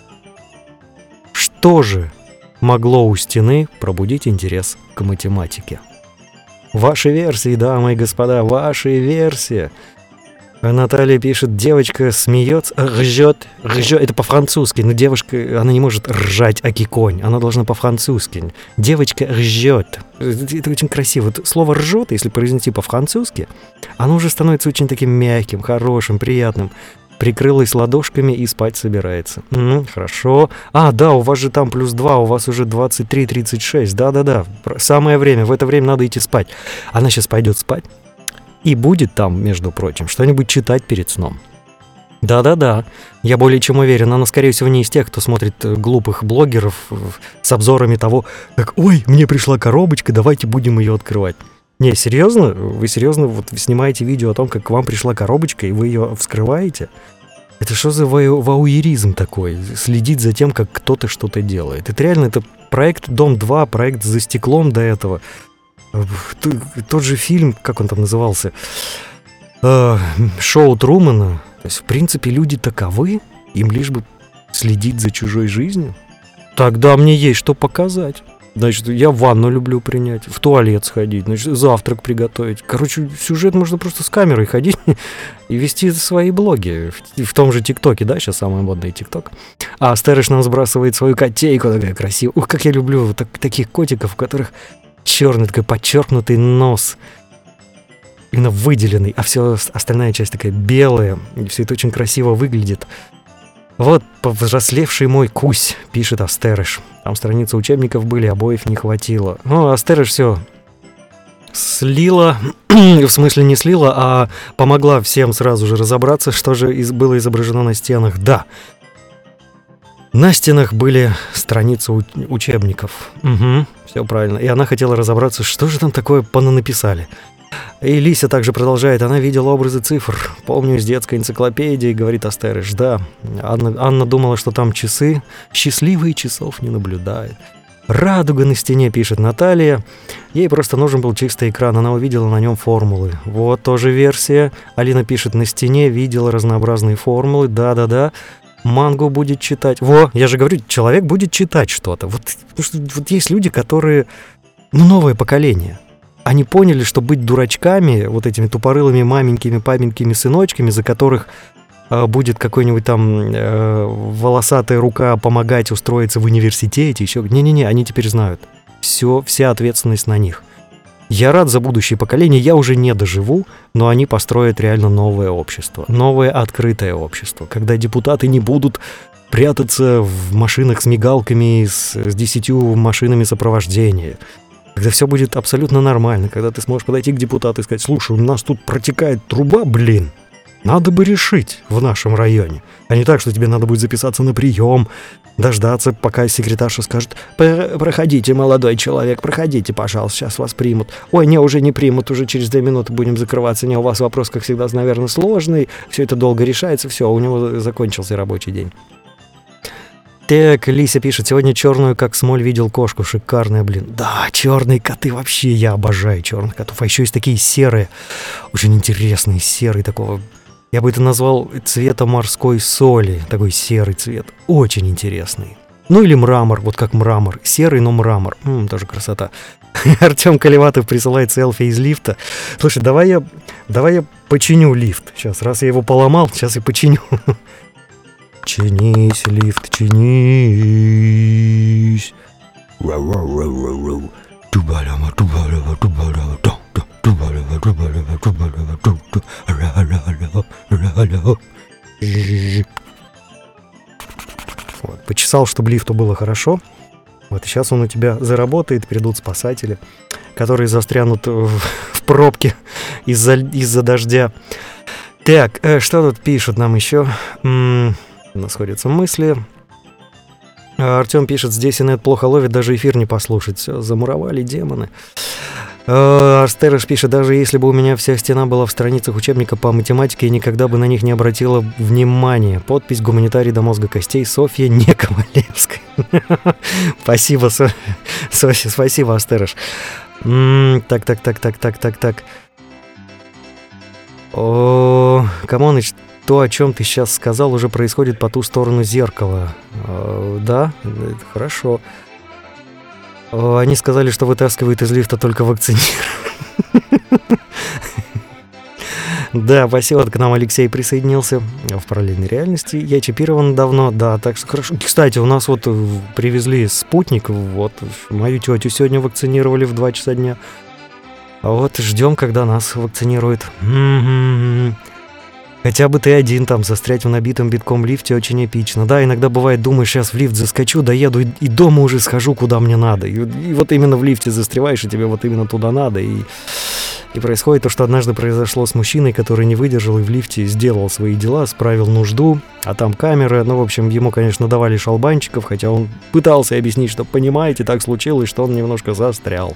Что же могло у стены пробудить интерес к математике? Ваши версии, дамы и господа, ваши версии. Наталья пишет, девочка смеется, ржет, ржет, это по-французски, но девушка, она не может ржать, аки конь, она должна по-французски. Девочка ржет, это очень красиво. Вот слово ржет, если произнести по-французски, оно уже становится очень таким мягким, хорошим, приятным. Прикрылась ладошками и спать собирается. М-м, хорошо. А, да, у вас же там плюс два, у вас уже двадцать три тридцать шесть. Да-да-да, самое время, в это время надо идти спать. Она сейчас пойдет спать и будет там, между прочим, что-нибудь читать перед сном. Да-да-да, я более чем уверен, она, скорее всего, не из тех, кто смотрит глупых блогеров с обзорами того, как «Ой, мне пришла коробочка, давайте будем ее открывать». Не, серьезно? Вы серьезно вот снимаете видео о том, как к вам пришла коробочка, и вы ее вскрываете? Это что за вау- вауеризм такой? Следить за тем, как кто-то что-то делает. Это реально, это проект «Дом два», проект «За стеклом» до этого. Тот же фильм, как он там назывался? Шоу Трумана. То есть, в принципе, люди таковы, им лишь бы следить за чужой жизнью. Тогда мне есть что показать. Значит, я ванну люблю принять, в туалет сходить, значит, завтрак приготовить. Короче, сюжет можно просто с камерой ходить и вести свои блоги. В, в том же ТикТоке, да, сейчас самый модный ТикТок. А Астерыш нам сбрасывает свою котейку, такая красивая. Ух, как я люблю вот так, таких котиков, у которых черный такой подчеркнутый нос. Именно выделенный, а все остальная часть такая белая. И все это очень красиво выглядит. Вот повзрослевший мой кусь, пишет Астерыш. Там страницы учебников были, обоев не хватило. Ну, Астерыш все слила, в смысле не слила, а помогла всем сразу же разобраться, что же из- было изображено на стенах. Да, на стенах были страницы у- учебников. Угу, все правильно. И она хотела разобраться, что же там такое понанаписали. И Лися также продолжает, она видела образы цифр. Помню из детской энциклопедии, говорит Астерыш. Да, Анна, Анна думала, что там часы. Счастливые часов не наблюдает. Радуга на стене, пишет Наталья. Ей просто нужен был чистый экран, она увидела на нем формулы. Вот тоже версия. Алина пишет, на стене видела разнообразные формулы. Да-да-да. Мангу будет читать. Во, я же говорю, человек будет читать что-то. Вот, вот есть люди, которые... Ну, новое поколение. Они поняли, что быть дурачками, вот этими тупорылыми маменькими, папенькими сыночками, за которых э, будет какой-нибудь там э, волосатая рука помогать устроиться в университете, еще... Не-не-не, они теперь знают. Все, вся ответственность на них. Я рад за будущее поколение, я уже не доживу, но они построят реально новое общество. Новое открытое общество, когда депутаты не будут прятаться в машинах с мигалками, с, с десятью машинами сопровождения. когда все будет абсолютно нормально, когда ты сможешь подойти к депутату и сказать: слушай, у нас тут протекает труба, блин, надо бы решить в нашем районе. А не так, что тебе надо будет записаться на прием, дождаться, пока секретарша скажет: проходите, молодой человек, проходите, пожалуйста, сейчас вас примут. Ой, не, уже не примут, уже через две минуты будем закрываться. Не, у вас вопрос, как всегда, наверное, сложный, все это долго решается, все, у него закончился рабочий день. Так, Лися пишет: сегодня черную, как смоль, видел кошку. Шикарная, блин. Да, черные коты вообще, я обожаю черных котов. А еще есть такие серые, очень интересные, серые такого. Я бы это назвал цвета морской соли. Такой серый цвет. Очень интересный. Ну или мрамор, вот как мрамор. Серый, но мрамор. М-м, тоже красота. Артем Колеватов присылает селфи из лифта. Слушай, давай я, давай я починю лифт. Сейчас, раз я его поломал, сейчас и починю. Чинись, лифт, чинись. Вот, почесал, чтобы лифту было хорошо. Вот, и сейчас он у тебя заработает, придут спасатели, которые застрянут в, в пробке из-за, из-за дождя. Так, э, что тут пишут нам еще? М-м, у нас сходятся мысли. Артем пишет: здесь инет плохо ловит, даже эфир не послушать. Все, замуровали демоны. Арстерыш пишет: даже если бы у меня вся стена была в страницах учебника по математике, я никогда бы на них не обратила внимания. Подпись: гуманитарий до мозга костей, Софья Нековалевская. Спасибо, Софья, спасибо, Арстерыш. Так, так, так, так, так, так, так. О, Камоныч, то, о чем ты сейчас сказал, уже происходит по ту сторону зеркала. Да, это хорошо. Они сказали, что вытаскивают из лифта только вакцинированных. Да, спасибо, к нам Алексей присоединился в параллельной реальности. Я чипирован давно, да, так что хорошо. Кстати, у нас вот привезли спутник, вот, мою тетю сегодня вакцинировали в два часа дня. А вот ждем, когда нас вакцинируют. Хотя бы ты один там, застрять в набитом битком лифте очень эпично. Да, иногда бывает, думаешь, сейчас в лифт заскочу, доеду и, и дома уже схожу, куда мне надо. И, и вот именно в лифте застреваешь, и тебе вот именно туда надо. И, и происходит то, что однажды произошло с мужчиной, который не выдержал и в лифте сделал свои дела, справил нужду, а там камеры. Ну, в общем, ему, конечно, давали шалбанчиков, хотя он пытался объяснить, что, понимаете, так случилось, что он немножко застрял.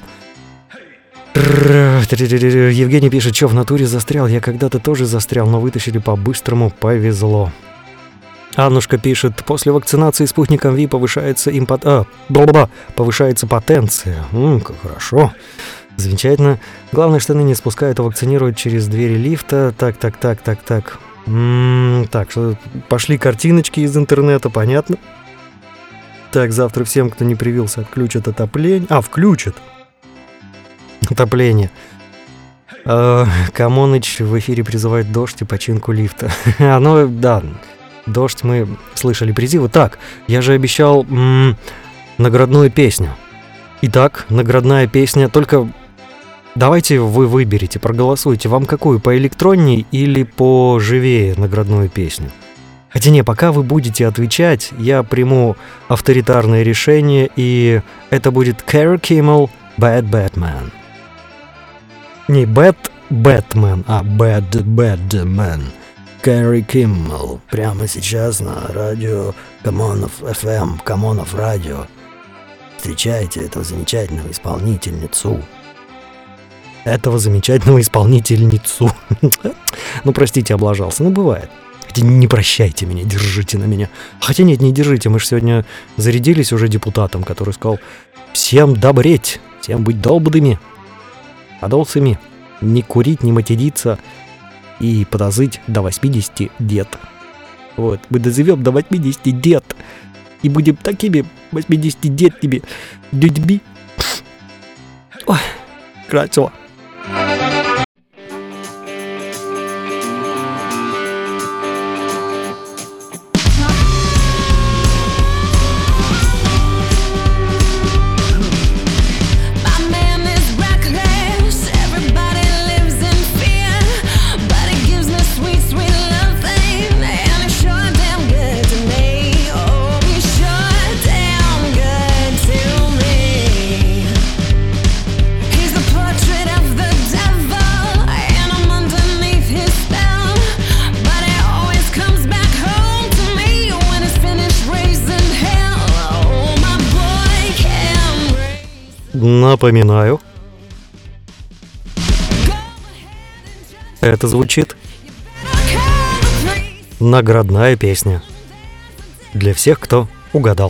Евгений пишет: что в натуре застрял? Я когда-то тоже застрял, но вытащили по-быстрому, повезло. Аннушка пишет: после вакцинации спутником Ви повышается импот... а, бла-бла-бла, повышается потенция. М, как хорошо. Замечательно. Главное, штаны не спускают, а вакцинируют через двери лифта. Так, так, так, так, так. М-м, так, что пошли картиночки из интернета, понятно. Так, завтра всем, кто не привился, отключат отопление. А, включат. Отопление. Э, Камоныч в эфире призывает дождь и починку лифта. Оно, да, дождь, мы слышали призывы. Так, я же обещал м- наградную песню. Итак, наградная песня. Только давайте вы выберете, проголосуйте. Вам какую, по электронней или по живее наградную песню? Хотя не, пока вы будете отвечать, я приму авторитарное решение, и это будет Кэрри Киммел «Bad Batman». Не Bad Batman, а Bad Batman. Кэрри Киммел. Прямо сейчас на радио Камонов эф эм, Камонов радио. Встречайте этого замечательного исполнительницу. Этого замечательного исполнительницу. Ну, простите, облажался. Ну, бывает. Хотя не прощайте меня, держите на меня. Хотя нет, не держите. Мы же сегодня зарядились уже депутатом, который сказал: всем добреть, всем быть добрыми, подолцами, не курить, не материться и подожить до восьмидесяти лет. Вот, мы доживем до восьмидесяти лет и будем такими восьмидесятилетними людьми. Ой, красиво. Напоминаю, это звучит наградная песня для всех, кто угадал.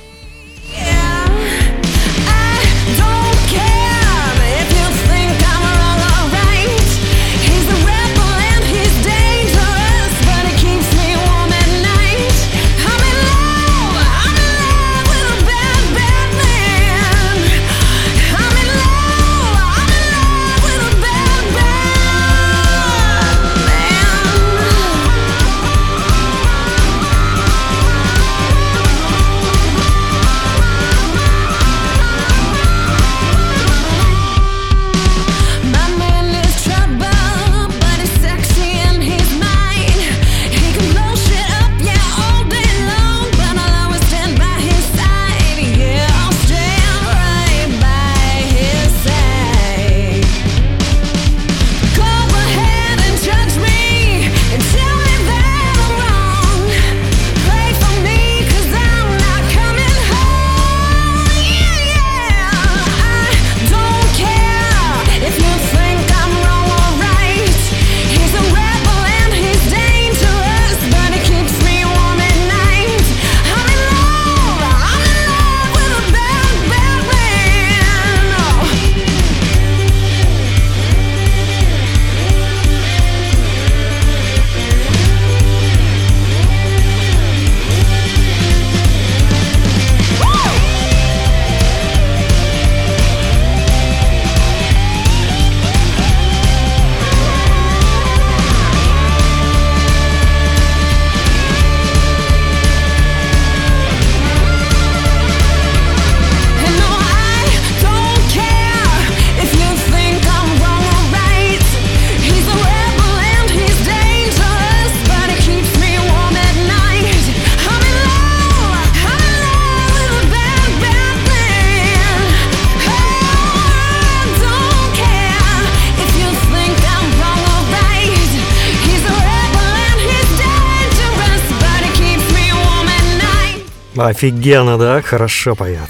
Офигенно, да? Хорошо поет.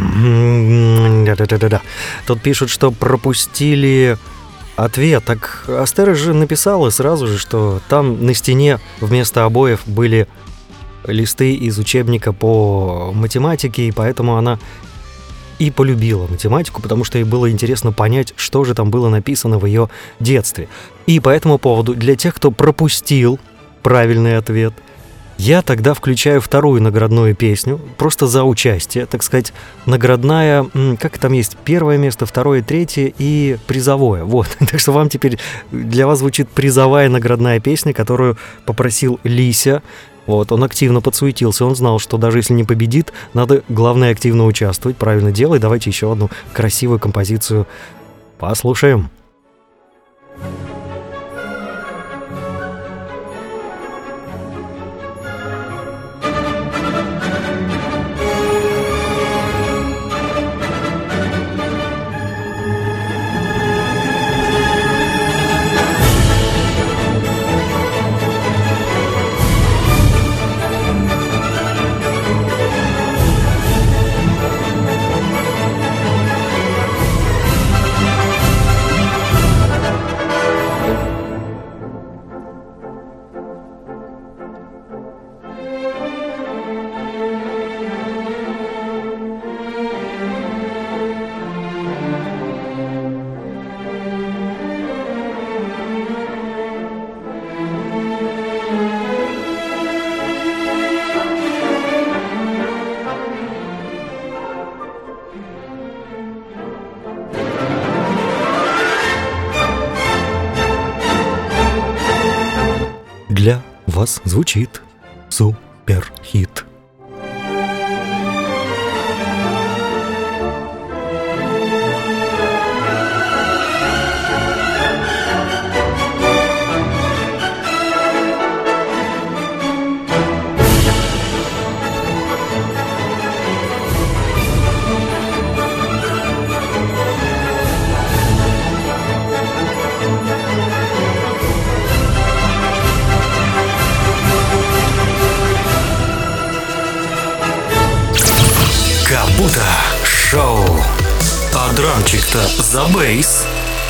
Да-да-да-да. Тут пишут, что пропустили ответ. Так Астера же написала сразу же, что там на стене вместо обоев были листы из учебника по математике, и поэтому она и полюбила математику, потому что ей было интересно понять, что же там было написано в ее детстве. И по этому поводу, для тех, кто пропустил правильный ответ, я тогда включаю вторую наградную песню, просто за участие, так сказать, наградная, как там есть, первое место, второе, третье и призовое. Вот, так что вам теперь, для вас звучит призовая наградная песня, которую попросил Лися. Вот, он активно подсуетился, он знал, что даже если не победит, надо, главное, активно участвовать, правильно делай. Давайте еще одну красивую композицию послушаем. Для вас звучит суперхит. Кабуто шоу. А драмчик-то за бейс.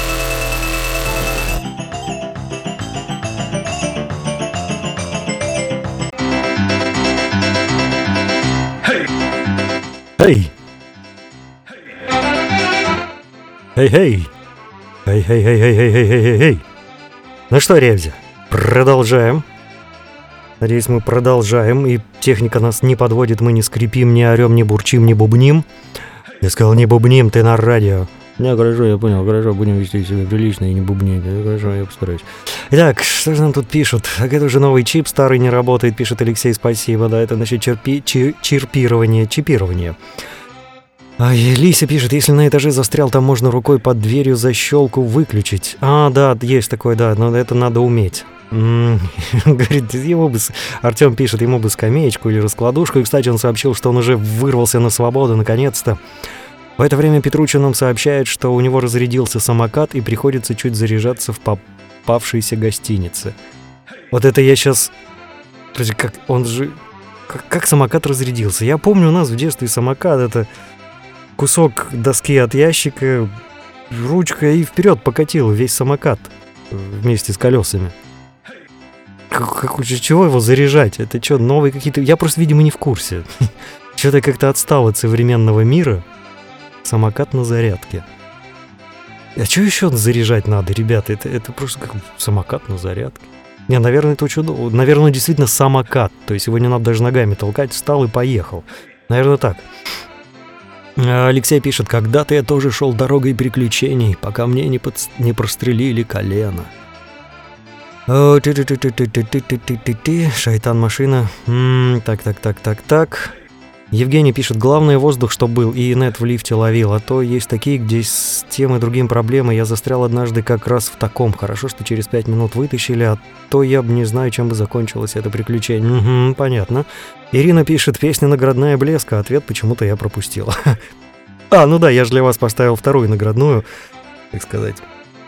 Эй! Эй-эй! Эй-эй-эй-эй-эй-эй-эй-эй! Ну что, Ревзя, продолжаем. Надеюсь, мы продолжаем, и техника нас не подводит, мы не скрипим, не орем, не бурчим, не бубним. Я сказал, не бубним, ты на радио. Не, хорошо, я понял, хорошо, будем вести себя прилично и не бубнить. Хорошо, я постараюсь. Итак, что же нам тут пишут? Так это уже новый чип, старый не работает, пишет Алексей, спасибо. Да, это значит черпи, чир, чирпирование, чипирование. А Лися пишет, если на этаже застрял, там можно рукой под дверью защелку выключить. А, да, есть такое, да, но это надо уметь. М-м, говорит, ему бы... Артем пишет, ему бы скамеечку или раскладушку. И, кстати, он сообщил, что он уже вырвался на свободу, наконец-то. В это время Петруччин нам сообщает, что у него разрядился самокат и приходится чуть заряжаться в попавшейся гостинице. Вот это я сейчас... Как он же... Как, как самокат разрядился? Я помню, у нас в детстве самокат — это кусок доски от ящика, ручка и вперед покатил весь самокат вместе с колесами. Как, как, чего его заряжать? Это что, новые какие-то... Я просто, видимо, не в курсе. Что-то как-то отстал от современного мира. Самокат на зарядке. А что еще заряжать надо, ребята? Это, это просто как самокат на зарядке. Не, наверное, это очень удобно. Наверное, действительно самокат. То есть его не надо даже ногами толкать. Встал и поехал. Наверное, так. Алексей пишет, когда-то я тоже шел дорогой приключений, пока мне не, под... не прострелили колено. О, ты-ты-ты-ты-ты-ты-ты-ты-ты. Шайтан машина. М-м, так, так, так, так, так. Евгений пишет, главное воздух, что был, и нет в лифте ловил, а то есть такие, где с тем и другим проблемы. Я застрял однажды как раз в таком. Хорошо, что через пять минут вытащили, а то я бы не знаю, чем бы закончилось это приключение. Угу, понятно. Ирина пишет, песня «Наградная блеска», ответ почему-то я пропустила. А, ну да, я же для вас поставил вторую наградную, так сказать,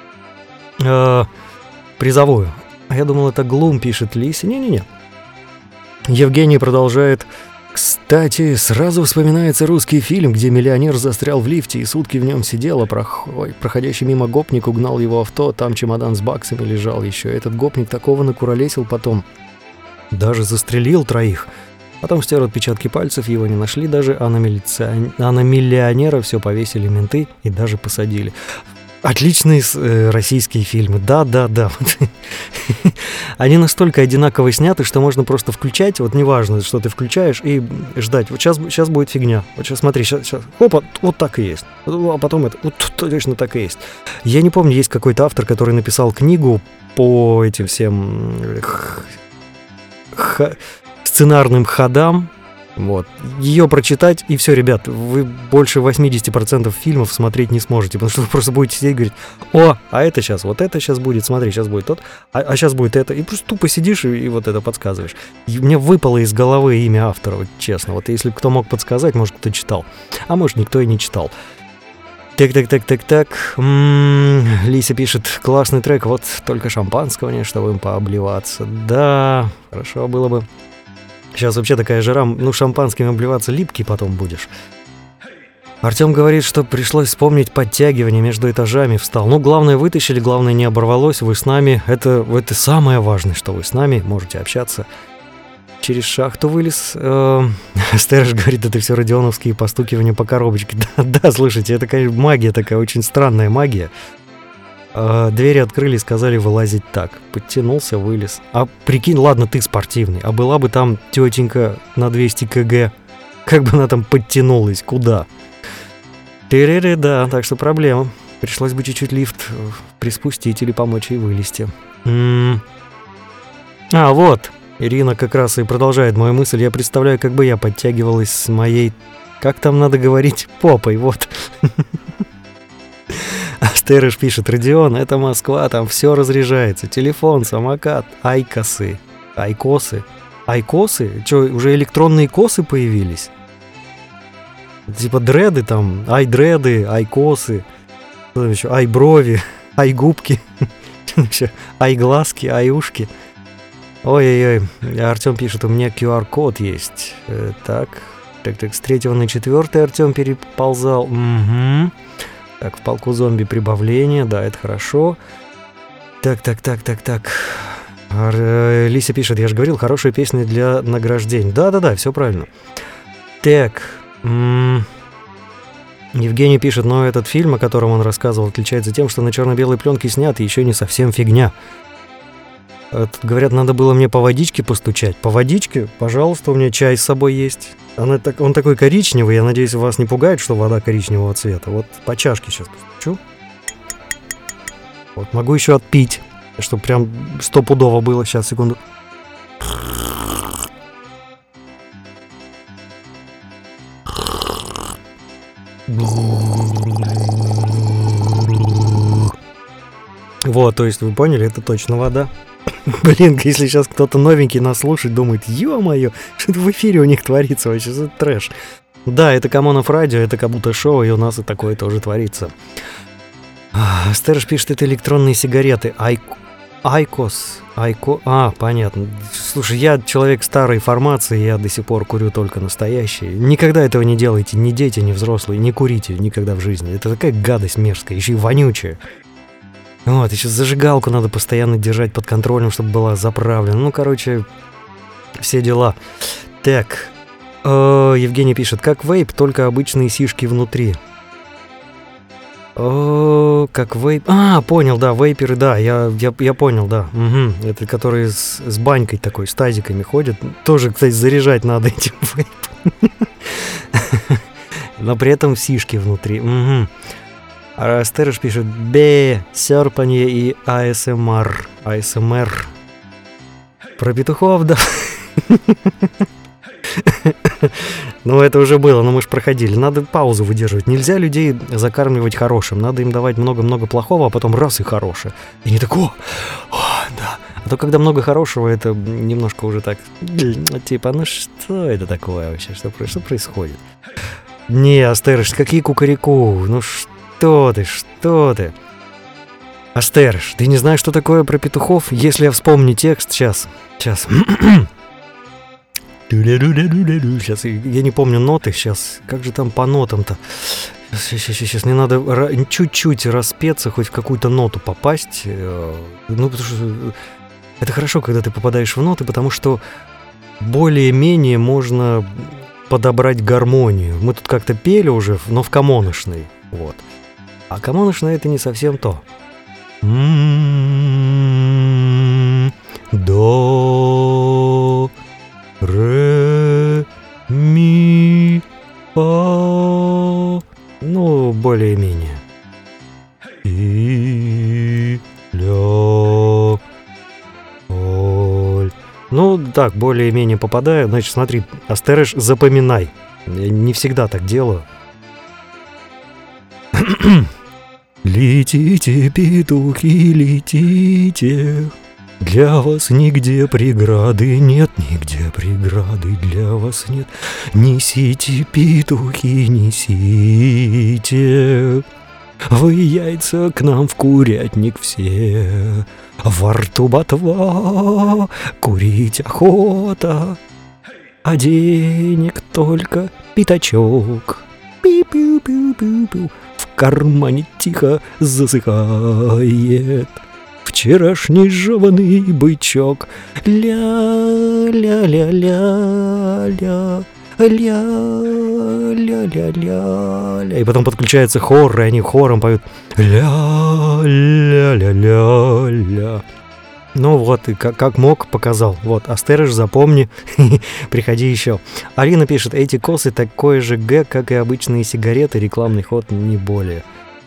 призовую. А я думал, это Глум пишет Лисе. Не-не-не. Евгений продолжает. Кстати, сразу вспоминается русский фильм, где миллионер застрял в лифте и сутки в нем сидел, а прох... Ой, проходящий мимо гопник угнал его авто, там чемодан с баксами лежал еще. Этот гопник такого накуролесил потом. Даже застрелил троих. Потом стер отпечатки пальцев, его не нашли даже, а на, милицион... а на миллионера все повесили менты и даже посадили. Отличные э, российские фильмы, да-да-да. Они настолько одинаково сняты, что можно просто включать, вот неважно, что ты включаешь, и ждать. Вот сейчас, сейчас будет фигня. Вот сейчас смотри, сейчас, сейчас. Опа, вот так и есть. А потом это, вот точно так и есть. Я не помню, есть какой-то автор, который написал книгу по этим всем х... сценарным ходам. Вот. Ее прочитать, и все, ребят, вы больше восемьдесят процентов фильмов смотреть не сможете, потому что вы просто будете сидеть и говорить, о, а это сейчас, вот это сейчас будет, смотри, сейчас будет тот, а, а сейчас будет это, и просто тупо сидишь и, и вот это подсказываешь. И мне выпало из головы имя автора, вот честно, вот если кто мог подсказать, может, кто читал, а может, никто и не читал. Так-так-так-так-так, м-м-м, Лися пишет, классный трек, вот только шампанского нет, чтобы им пообливаться. Да, хорошо было бы. Сейчас вообще такая жара, ну шампанским обливаться липкий потом будешь. Артем говорит, что пришлось вспомнить подтягивание между этажами, встал. Ну, главное вытащили, главное не оборвалось, вы с нами. Это, это самое важное, что вы с нами можете общаться. Через шахту вылез. Стерж говорит, это все родионовские постукивания по коробочке. Да, да, слушайте, это, конечно, магия такая, очень странная магия. Двери открыли и сказали вылазить так. Подтянулся, вылез. А прикинь, ладно, ты спортивный, а была бы там тетенька на двести килограмм, как бы она там подтянулась, куда? Ты-ре-ре, да, так что проблема. Пришлось бы чуть-чуть лифт приспустить или помочь ей вылезти. М-м. А, вот, Ирина как раз и продолжает мою мысль. Я представляю, как бы я подтягивалась с моей, как там надо говорить, попой, вот. Астерыш пишет, Родион, это Москва, там все разряжается. Телефон, самокат, айкосы. Айкосы? Айкосы? Что, уже электронные косы появились? Типа дреды там, ай-дреды, ай-косы, что там еще, ай-брови, ай-губки, ай-глазки, ай-ушки. Ой-ой-ой, Артем пишет, у меня ку ар-код есть. Так, так, так, с третьего на четвертый Артем переползал. Угу. Так, в полку зомби прибавление, да, это хорошо. Так, так, так, так, так. Лися пишет, я же говорил, хорошая песня для награждения. Да-да-да, все правильно. Так. М- Евгений пишет, но этот фильм, о котором он рассказывал, отличается тем, что на черно-белой пленке снят, и еще не совсем фигня. Это, говорят, надо было мне по водичке постучать. По водичке? Пожалуйста, у меня чай с собой есть. Она так, он такой коричневый, я надеюсь, вас не пугает, что вода коричневого цвета. Вот по чашке сейчас постучу. Вот, могу еще отпить, чтобы прям стопудово было. Сейчас, секунду. Вот, то есть вы поняли, это точно вода. Блин, если сейчас кто-то новенький нас слушает, думает, ё-моё, что в эфире у них творится вообще, это трэш. Да, это Камонов радио, это как будто шоу, и у нас и такое тоже творится. Стерж пишет, это электронные сигареты. Ай... Айкос. Айко... А, понятно. Слушай, я человек старой формации, я до сих пор курю только настоящие. Никогда этого не делайте, ни дети, ни взрослые, не курите никогда в жизни. Это такая гадость мерзкая, еще и вонючая. Вот, еще зажигалку надо постоянно держать под контролем, чтобы была заправлена. Ну, короче, все дела. Так, э, Евгений пишет, как вейп, только обычные сишки внутри. О, как вейп... А, понял, да, вейперы, да, я, я, я понял, да. Угу. Это которые с, с банькой такой, с тазиками ходят. Тоже, кстати, заряжать надо этим вейпом. Но при этом сишки внутри. Угу. А Стерж пишет Б, серпанье и АСМР. АСМР. Про петухов, да. Ну, это уже было, но мы же проходили. Надо паузу выдерживать. Нельзя людей закармливать хорошим. Надо им давать много-много плохого, а потом раз и хорошее. И не так, о, о, да. А то, когда много хорошего, это немножко уже так, типа, ну что это такое вообще? Что, что происходит? Не, Астерж, какие кукареку? Ну что ты, что ты? Астерж, ты не знаешь, что такое про петухов? Если я вспомню текст, сейчас, сейчас... Сейчас, я не помню ноты, сейчас, как же там по нотам-то? Сейчас, сейчас, сейчас, мне надо ра- чуть-чуть распеться, хоть в какую-то ноту попасть. Ну, потому что это хорошо, когда ты попадаешь в ноты, потому что более-менее можно подобрать гармонию. Мы тут как-то пели уже, но в камоношной, вот. А камоношная — это не совсем то. До... Ре, ми, фа. Ну, более-менее. И, ля, оль. Ну, так, более-менее попадаю. Значит, смотри, Астерж, запоминай. Я не всегда так делаю. Летите, петухи, летите. Для вас нигде преграды нет, нигде преграды для вас нет. Несите, петухи, несите. Вы яйца к нам в курятник все. Во рту ботва, курить охота. А денег только пятачок. Пи-пи-пи-пи-пи. В кармане тихо засыхает вчерашний жеванный бычок. Ля-ля-ля-ля-ля, ля-ля-ля-ля-ля. И потом подключается хор, и они хором поют ля-ля-ля-ля-ля. Ну вот, и как, как мог, показал. Вот, Астерж, запомни, приходи еще. Алина пишет, эти косы такое же г, как и обычные сигареты, рекламный ход, не более.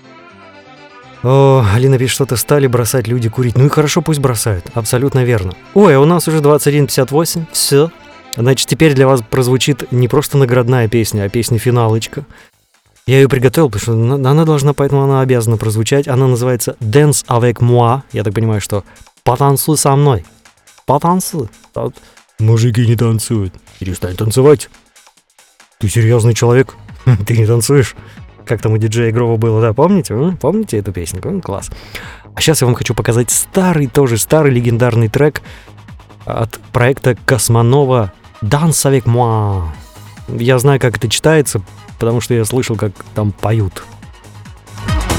О, Алина пишет, что-то стали бросать люди курить. Ну и хорошо, пусть бросают, абсолютно верно. Ой, а у нас уже двадцать один пятьдесят восемь, все. Значит, теперь для вас прозвучит не просто наградная песня, а песня-финалочка. Я ее приготовил, потому что она должна, поэтому она обязана прозвучать. Она называется «Dance avec moi». Я так понимаю, что «Потанцуй со мной». Потанцуй. Мужики не танцуют. Перестань танцевать. Ты серьезный человек? Ты не танцуешь? Как там у диджея Грова было, да, помните? Помните эту песенку? Класс. А сейчас я вам хочу показать старый, тоже старый легендарный трек от проекта Космонова «Dance avec moi». Я знаю, как это читается, потому что я слышал, как там поют.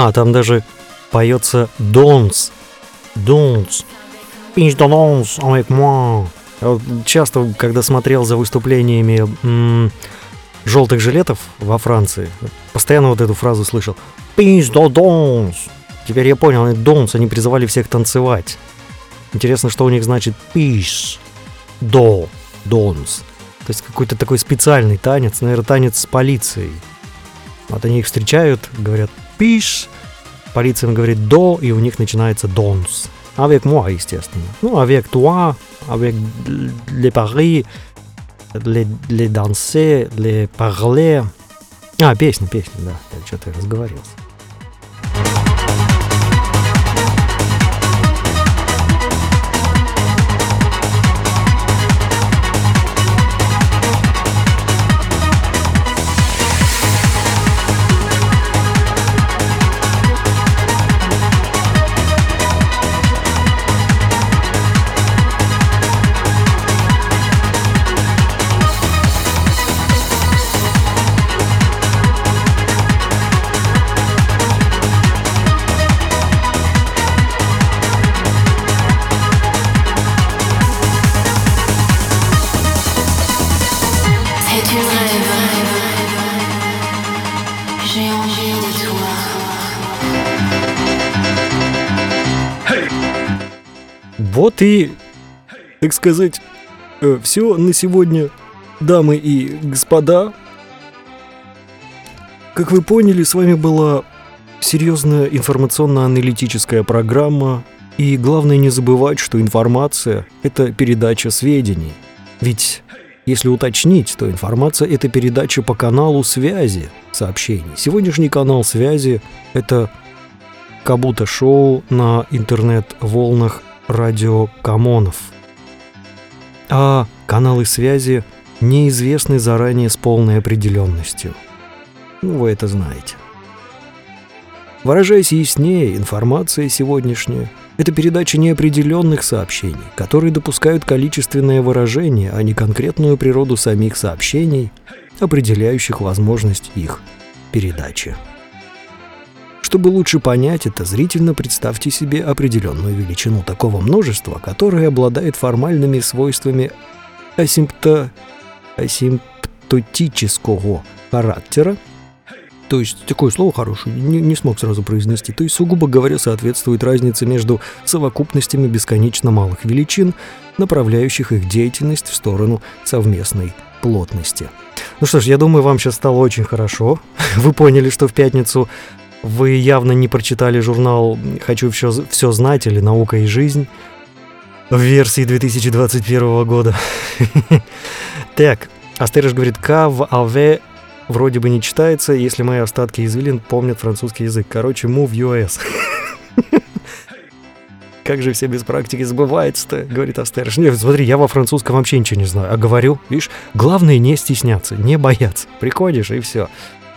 А, там даже поется «Dance». «Dance». «Pinch the dance avec moi». Вот часто, когда смотрел за выступлениями м- желтых жилетов во Франции, постоянно вот эту фразу слышал. «Pinch the dance». Теперь я понял, они «dance», они призывали всех танцевать. Интересно, что у них значит «pinch the dance». То есть какой-то такой специальный танец, наверное, танец с полицией. Вот они их встречают, говорят «пиш», полиция им говорит «до», и у них начинается «донс». «Avec moi», естественно. Ну, «avec toi», «avec les paris», «les, les danser», «les parler». А, песня, песня, да, я что-то разговорился. Вот и, так сказать, все на сегодня, дамы и господа. Как вы поняли, с вами была серьезная информационно-аналитическая программа. И главное не забывать, что информация — это передача сведений. Ведь, если уточнить, то информация — это передача по каналу связи сообщений. Сегодняшний канал связи — это Кабуто шоу на интернет-волнах радио Камонов. А каналы связи неизвестны заранее с полной определенностью. Ну, вы это знаете. Выражаясь яснее, информация сегодняшняя — это передача неопределенных сообщений, которые допускают количественное выражение, а не конкретную природу самих сообщений, определяющих возможность их передачи. Чтобы лучше понять это, зрительно представьте себе определенную величину такого множества, которое обладает формальными свойствами асимпто... асимптотического характера. То есть, такое слово хорошее, не, не смог сразу произнести. То есть, сугубо говоря, соответствует разнице между совокупностями бесконечно малых величин, направляющих их деятельность в сторону совместной плотности. Ну что ж, я думаю, вам сейчас стало очень хорошо. Вы поняли, что в пятницу вы явно не прочитали журнал «Хочу все, все знать» или «Наука и жизнь» в версии две тысячи двадцать первого года. Так, Астериш говорит, «Кав аве» вроде бы не читается, если мои остатки извилин помнят французский язык. Короче, move ю эс. Как же все без практики забывается-то, говорит Астериш. Нет, смотри, я во французском вообще ничего не знаю. А говорю, видишь, главное не стесняться, не бояться. Приходишь и все.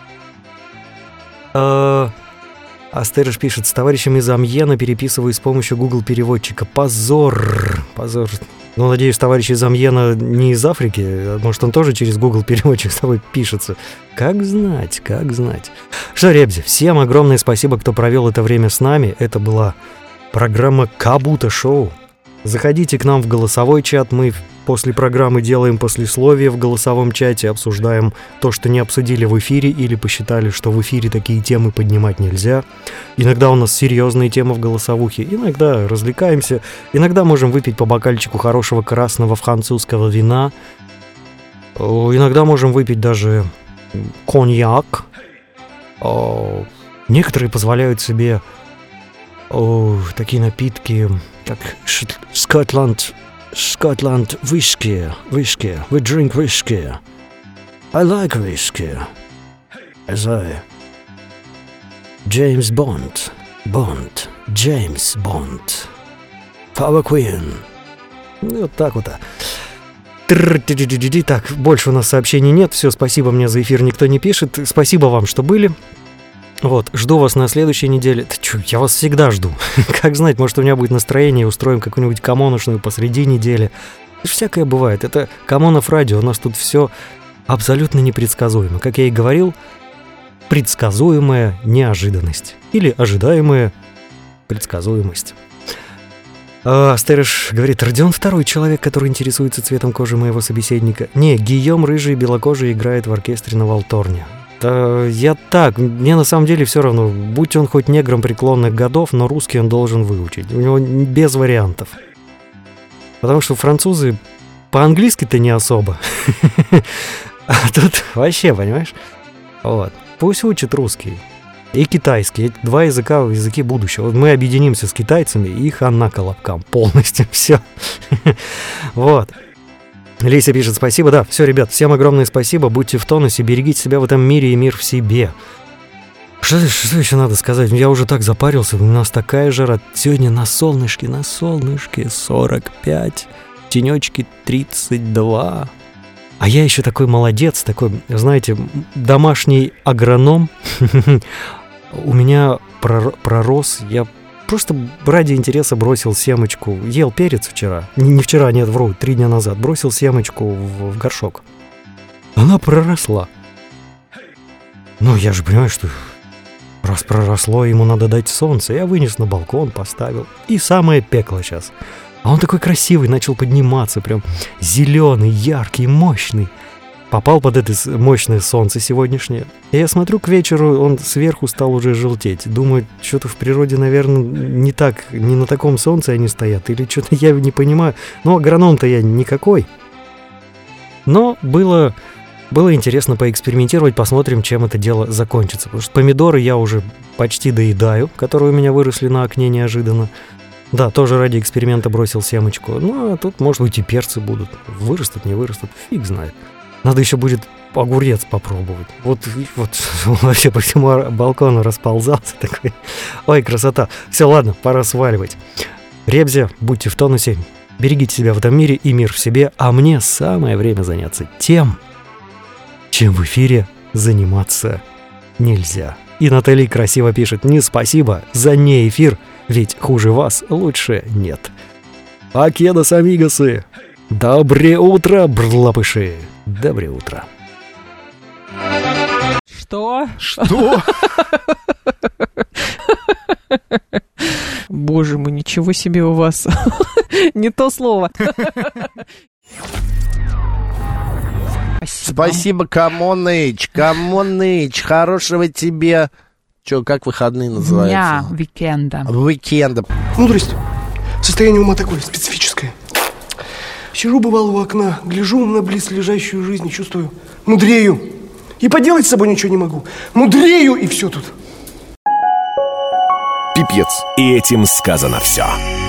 Астериш пишет, с товарищем из Амьена переписываю с помощью Google переводчика. Позор, позор. Ну, надеюсь, товарищ из Амьена не из Африки. Может, он тоже через Google переводчик с тобой пишется. Как знать, как знать. Что, ребзи, всем огромное спасибо, кто провел это время с нами. Это была программа Кабуто шоу. Заходите к нам в голосовой чат. Мы после программы делаем послесловие в голосовом чате, обсуждаем то, что не обсудили в эфире или посчитали, что в эфире такие темы поднимать нельзя. Иногда у нас серьезные темы в голосовухе, иногда развлекаемся, иногда можем выпить по бокальчику хорошего красного французского вина, иногда можем выпить даже коньяк. Некоторые позволяют себе такие напитки, как Scotland Scotland whiskey, whiskey. We drink whiskey. I like whiskey. As I... James Bond. Bond. James Bond. Power Queen. Вот так вот. Так, больше у нас сообщений нет. Все, спасибо, мне за эфир никто не пишет. Спасибо вам, что были. Вот, жду вас на следующей неделе. Да чё, я вас всегда жду. Как знать, может, у меня будет настроение, устроим какую-нибудь камоношную посреди недели. Всякое бывает. Это Камонов радио, у нас тут все абсолютно непредсказуемо. Как я и говорил, предсказуемая неожиданность. Или ожидаемая предсказуемость. А, Стереш говорит, Родион второй человек, который интересуется цветом кожи моего собеседника. Не, Гийом рыжий белокожий играет в оркестре на Валторне. Да, я так, мне на самом деле все равно, будь он хоть негром преклонных годов, но русский он должен выучить. У него без вариантов. Потому что французы по-английски-то не особо. А тут вообще, понимаешь? Вот. Пусть учат русский. И китайский. Эти два языка, языки будущего. Вот мы объединимся с китайцами, и хана колобкам полностью. Все. Вот. Леся пишет, спасибо. Да, все, ребят, всем огромное спасибо. Будьте в тонусе, берегите себя в этом мире и мир в себе. Что, что еще надо сказать? Я уже так запарился. У нас такая жара. Сегодня на солнышке, на солнышке сорок пять. Тенечки тридцать два. А я еще такой молодец, такой, знаете, домашний агроном. У меня пророс, я просто ради интереса бросил семечку. Ел перец вчера. Не вчера, нет, вру, три дня назад. Бросил семечку в, в горшок. Она проросла. Ну, я же понимаю, что раз проросло, ему надо дать солнце. Я вынес на балкон, поставил. И самое пекло сейчас. А он такой красивый, начал подниматься, прям зеленый, яркий, мощный. Попал под это мощное солнце сегодняшнее. И я смотрю, к вечеру он сверху стал уже желтеть. Думаю, что-то в природе, наверное, не так, не на таком солнце они стоят. Или что-то я не понимаю. Ну, агроном-то я никакой. Но было, было интересно поэкспериментировать, посмотрим, чем это дело закончится. Потому что помидоры я уже почти доедаю, которые у меня выросли на окне неожиданно. Да, тоже ради эксперимента бросил семечку. Ну, а тут, может быть, и перцы будут. Вырастут, не вырастут, фиг знает. Надо еще будет огурец попробовать. Вот, вот вообще по всему балкону расползался такой. Ой, красота. Все, ладно, пора сваливать. Ребзя, будьте в тонусе, берегите себя в этом мире и мир в себе. А мне самое время заняться тем, чем в эфире заниматься нельзя. И Натали красиво пишет: не спасибо за не эфир, ведь хуже вас лучше нет. Акедос, амигосы! Доброе утро, брлапыши! Доброе утро. Что? Что? Боже мой, ничего себе у вас. Не то слово. Спасибо, Камоныч, Камоныч, хорошего тебе... Че, как выходные называются? Дня, уикенда. Уикенда. Мудрость. Состояние ума такое, специфическое. Сижу, бывало, у окна, гляжу на близлежащую жизнь и чувствую, мудрею. И поделать с собой ничего не могу. Мудрею, и все тут. Пипец. И этим сказано все.